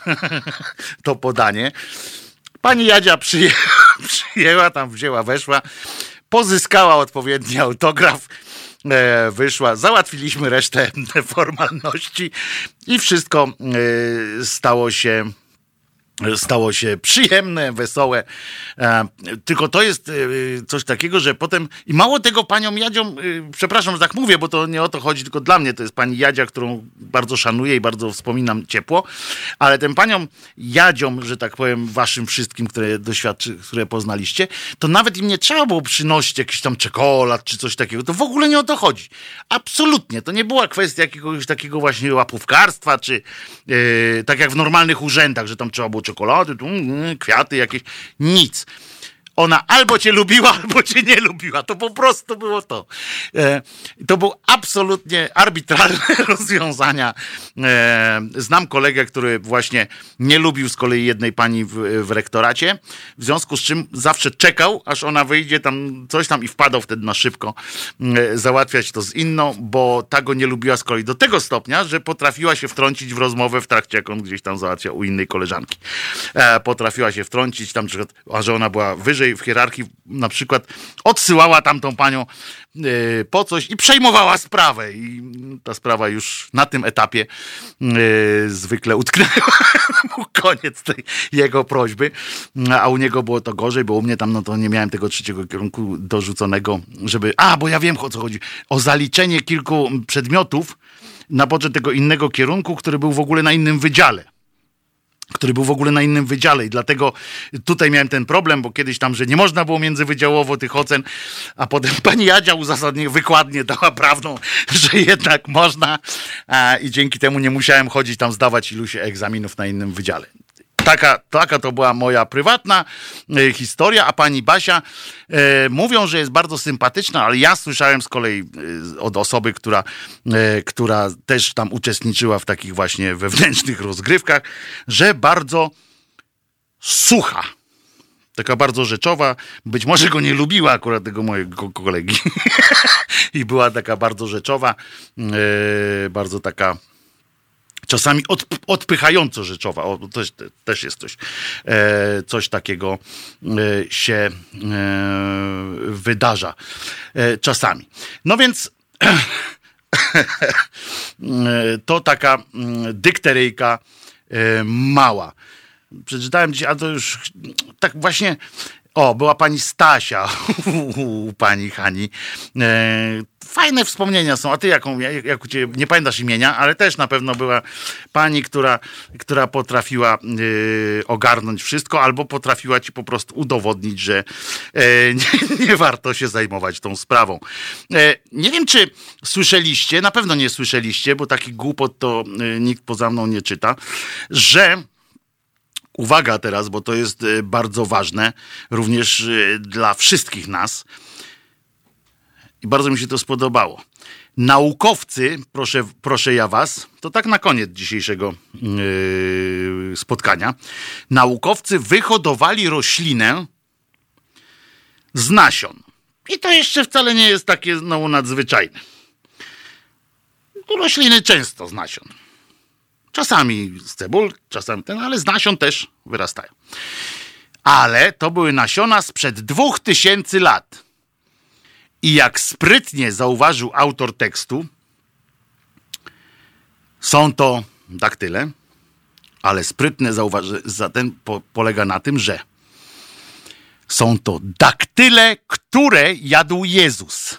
S2: to podanie. Pani Jadzia przyjęła, przyjęła, tam wzięła, weszła, pozyskała odpowiedni autograf, e, wyszła, załatwiliśmy resztę formalności i wszystko e, stało się Stało się przyjemne, wesołe. E, tylko to jest e, coś takiego, że potem... I mało tego panią Jadzią, e, przepraszam, że tak mówię, bo to nie o to chodzi, tylko dla mnie to jest pani Jadzia, którą bardzo szanuję i bardzo wspominam ciepło. Ale tę panią Jadzią, że tak powiem, waszym wszystkim, które doświadczy, które poznaliście, to nawet im nie trzeba było przynosić jakiś tam czekolad czy coś takiego. To w ogóle nie o to chodzi. Absolutnie. To nie była kwestia jakiegoś takiego właśnie łapówkarstwa, czy e, tak jak w normalnych urzędach, że tam trzeba było czekolady, tu, kwiaty jakieś, nic. Ona albo cię lubiła, albo cię nie lubiła. To po prostu było to. E, to było absolutnie arbitralne rozwiązania. E, znam kolegę, który właśnie nie lubił z kolei jednej pani w, w rektoracie, w związku z czym zawsze czekał, aż ona wyjdzie tam, coś tam i wpadał wtedy na szybko e, załatwiać to z inną, bo ta go nie lubiła z kolei do tego stopnia, że potrafiła się wtrącić w rozmowę w trakcie, jak on gdzieś tam załatwia u innej koleżanki. E, potrafiła się wtrącić tam, a że ona była wyżej w hierarchii, na przykład odsyłała tamtą panią yy, po coś i przejmowała sprawę. I ta sprawa już na tym etapie yy, zwykle utknęła. Był koniec tej jego prośby. A u niego było to gorzej, bo u mnie tam no to nie miałem tego trzeciego kierunku dorzuconego, żeby... A, bo ja wiem, o co chodzi. O zaliczenie kilku przedmiotów na poczet tego innego kierunku, który był w ogóle na innym wydziale. który był w ogóle na innym wydziale i dlatego tutaj miałem ten problem, bo kiedyś tam, że nie można było międzywydziałowo tych ocen, a potem pani Jadzia uzasadnienie wykładnie dała prawdą, że jednak można a, i dzięki temu nie musiałem chodzić tam zdawać iluś egzaminów na innym wydziale. Taka, taka to była moja prywatna e, historia, a pani Basia e, mówią, że jest bardzo sympatyczna, ale ja słyszałem z kolei e, od osoby, która, e, która też tam uczestniczyła w takich właśnie wewnętrznych rozgrywkach, że bardzo sucha. Taka bardzo rzeczowa. Być może go nie lubiła akurat tego mojego kolegi. I była taka bardzo rzeczowa, e, bardzo taka czasami od, odpychająco rzeczowa. O, to też, też jest coś, e, coś takiego e, się e, wydarza e, czasami. No więc to taka dykteryjka e, mała. Przeczytałem dzisiaj, a to już tak właśnie. O, była pani Stasia u pani Hani. E, fajne wspomnienia są. A ty jaką, jak, jak u ciebie, nie pamiętasz imienia, ale też na pewno była pani, która, która potrafiła e, ogarnąć wszystko, albo potrafiła ci po prostu udowodnić, że e, nie, nie warto się zajmować tą sprawą. E, nie wiem, czy słyszeliście, na pewno nie słyszeliście, bo taki głupot to e, nikt poza mną nie czyta, że uwaga teraz, bo to jest bardzo ważne, również dla wszystkich nas. I bardzo mi się to spodobało. Naukowcy, proszę, proszę ja was, to tak na koniec dzisiejszego yy, spotkania. Naukowcy wyhodowali roślinę z nasion. I to jeszcze wcale nie jest takie znowu nadzwyczajne. Rośliny często z nasion. Czasami z cebul, czasami ten, ale z nasion też wyrastają. Ale to były nasiona sprzed dwóch tysięcy lat. I jak sprytnie zauważył autor tekstu, są to daktyle, ale sprytne zauważy, zatem po, polega na tym, że są to daktyle, które jadł Jezus.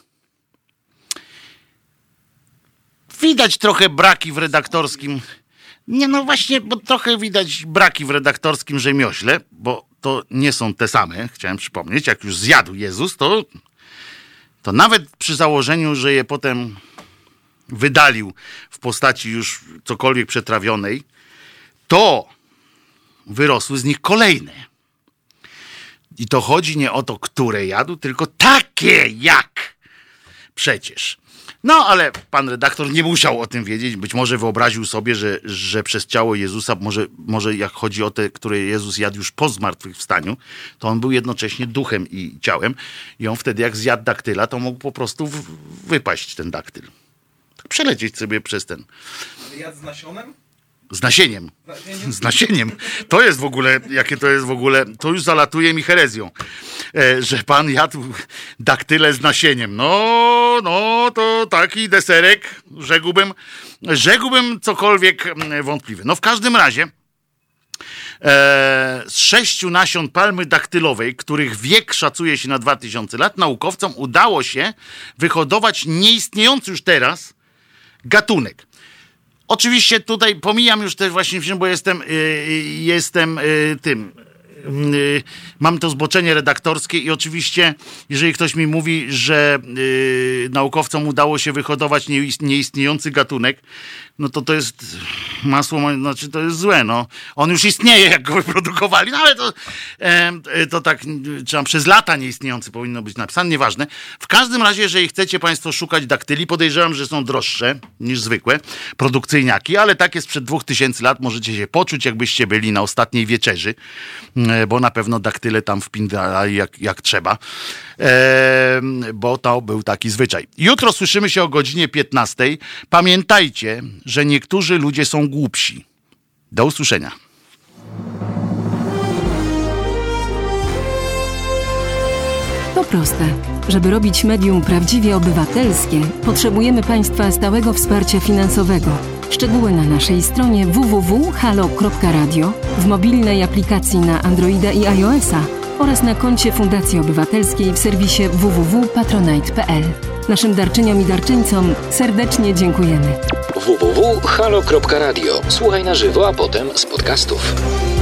S2: Widać trochę braki w redaktorskim... Nie, no właśnie, bo trochę widać braki w redaktorskim rzemiośle, bo to nie są te same, chciałem przypomnieć. Jak już zjadł Jezus, to, to nawet przy założeniu, że je potem wydalił w postaci już cokolwiek przetrawionej, to wyrosły z nich kolejne. I to chodzi nie o to, które jadł, tylko takie jak. Przecież. No, ale pan redaktor nie musiał o tym wiedzieć. Być może wyobraził sobie, że, że przez ciało Jezusa, może, może jak chodzi o te, które Jezus jadł już po zmartwychwstaniu, to on był jednocześnie duchem i ciałem. I on wtedy, jak zjadł daktyla, to mógł po prostu w, wypaść ten daktyl. Tak przelecieć sobie przez ten.
S1: Jadł z nasionem?
S2: Z nasieniem. Z nasieniem. To jest w ogóle, jakie to jest w ogóle, to już zalatuje mi herezją, e, że pan jadł daktyle z nasieniem. No, no, to taki deserek, rzekłbym, rzekłbym cokolwiek wątpliwy. No w każdym razie, e, z sześciu nasion palmy daktylowej, których wiek szacuje się na dwa tysiące lat, naukowcom udało się wyhodować nieistniejący już teraz gatunek. Oczywiście tutaj pomijam już te właśnie, bo jestem, yy, jestem yy, tym, yy, mam to zboczenie redaktorskie i oczywiście, jeżeli ktoś mi mówi, że yy, naukowcom udało się wyhodować nieistniejący gatunek, no to to jest masło, znaczy to jest złe, no. On już istnieje, jak go wyprodukowali, no ale to, yy, to tak, czy tam przez lata nieistniejący powinno być napisane, nieważne. W każdym razie, jeżeli chcecie państwo szukać daktyli, podejrzewam, że są droższe niż zwykłe produkcyjniaki, ale takie sprzed dwóch tysięcy lat możecie się poczuć, jakbyście byli na ostatniej wieczerzy, bo na pewno daktyle tam wpindali jak, jak trzeba, e, bo to był taki zwyczaj. Jutro słyszymy się o godzinie piętnastej. Pamiętajcie, że niektórzy ludzie są głupsi. Do usłyszenia.
S4: To proste. Żeby robić medium prawdziwie obywatelskie, potrzebujemy Państwa stałego wsparcia finansowego. Szczegóły na naszej stronie w w w kropka halo kropka radio, w mobilnej aplikacji na Androida i iOS-a oraz na koncie Fundacji Obywatelskiej w serwisie w w w kropka patronite kropka p l. Naszym darczyniom i darczyńcom serdecznie dziękujemy.
S3: w w w kropka halo kropka radio. Słuchaj na żywo, a potem z podcastów.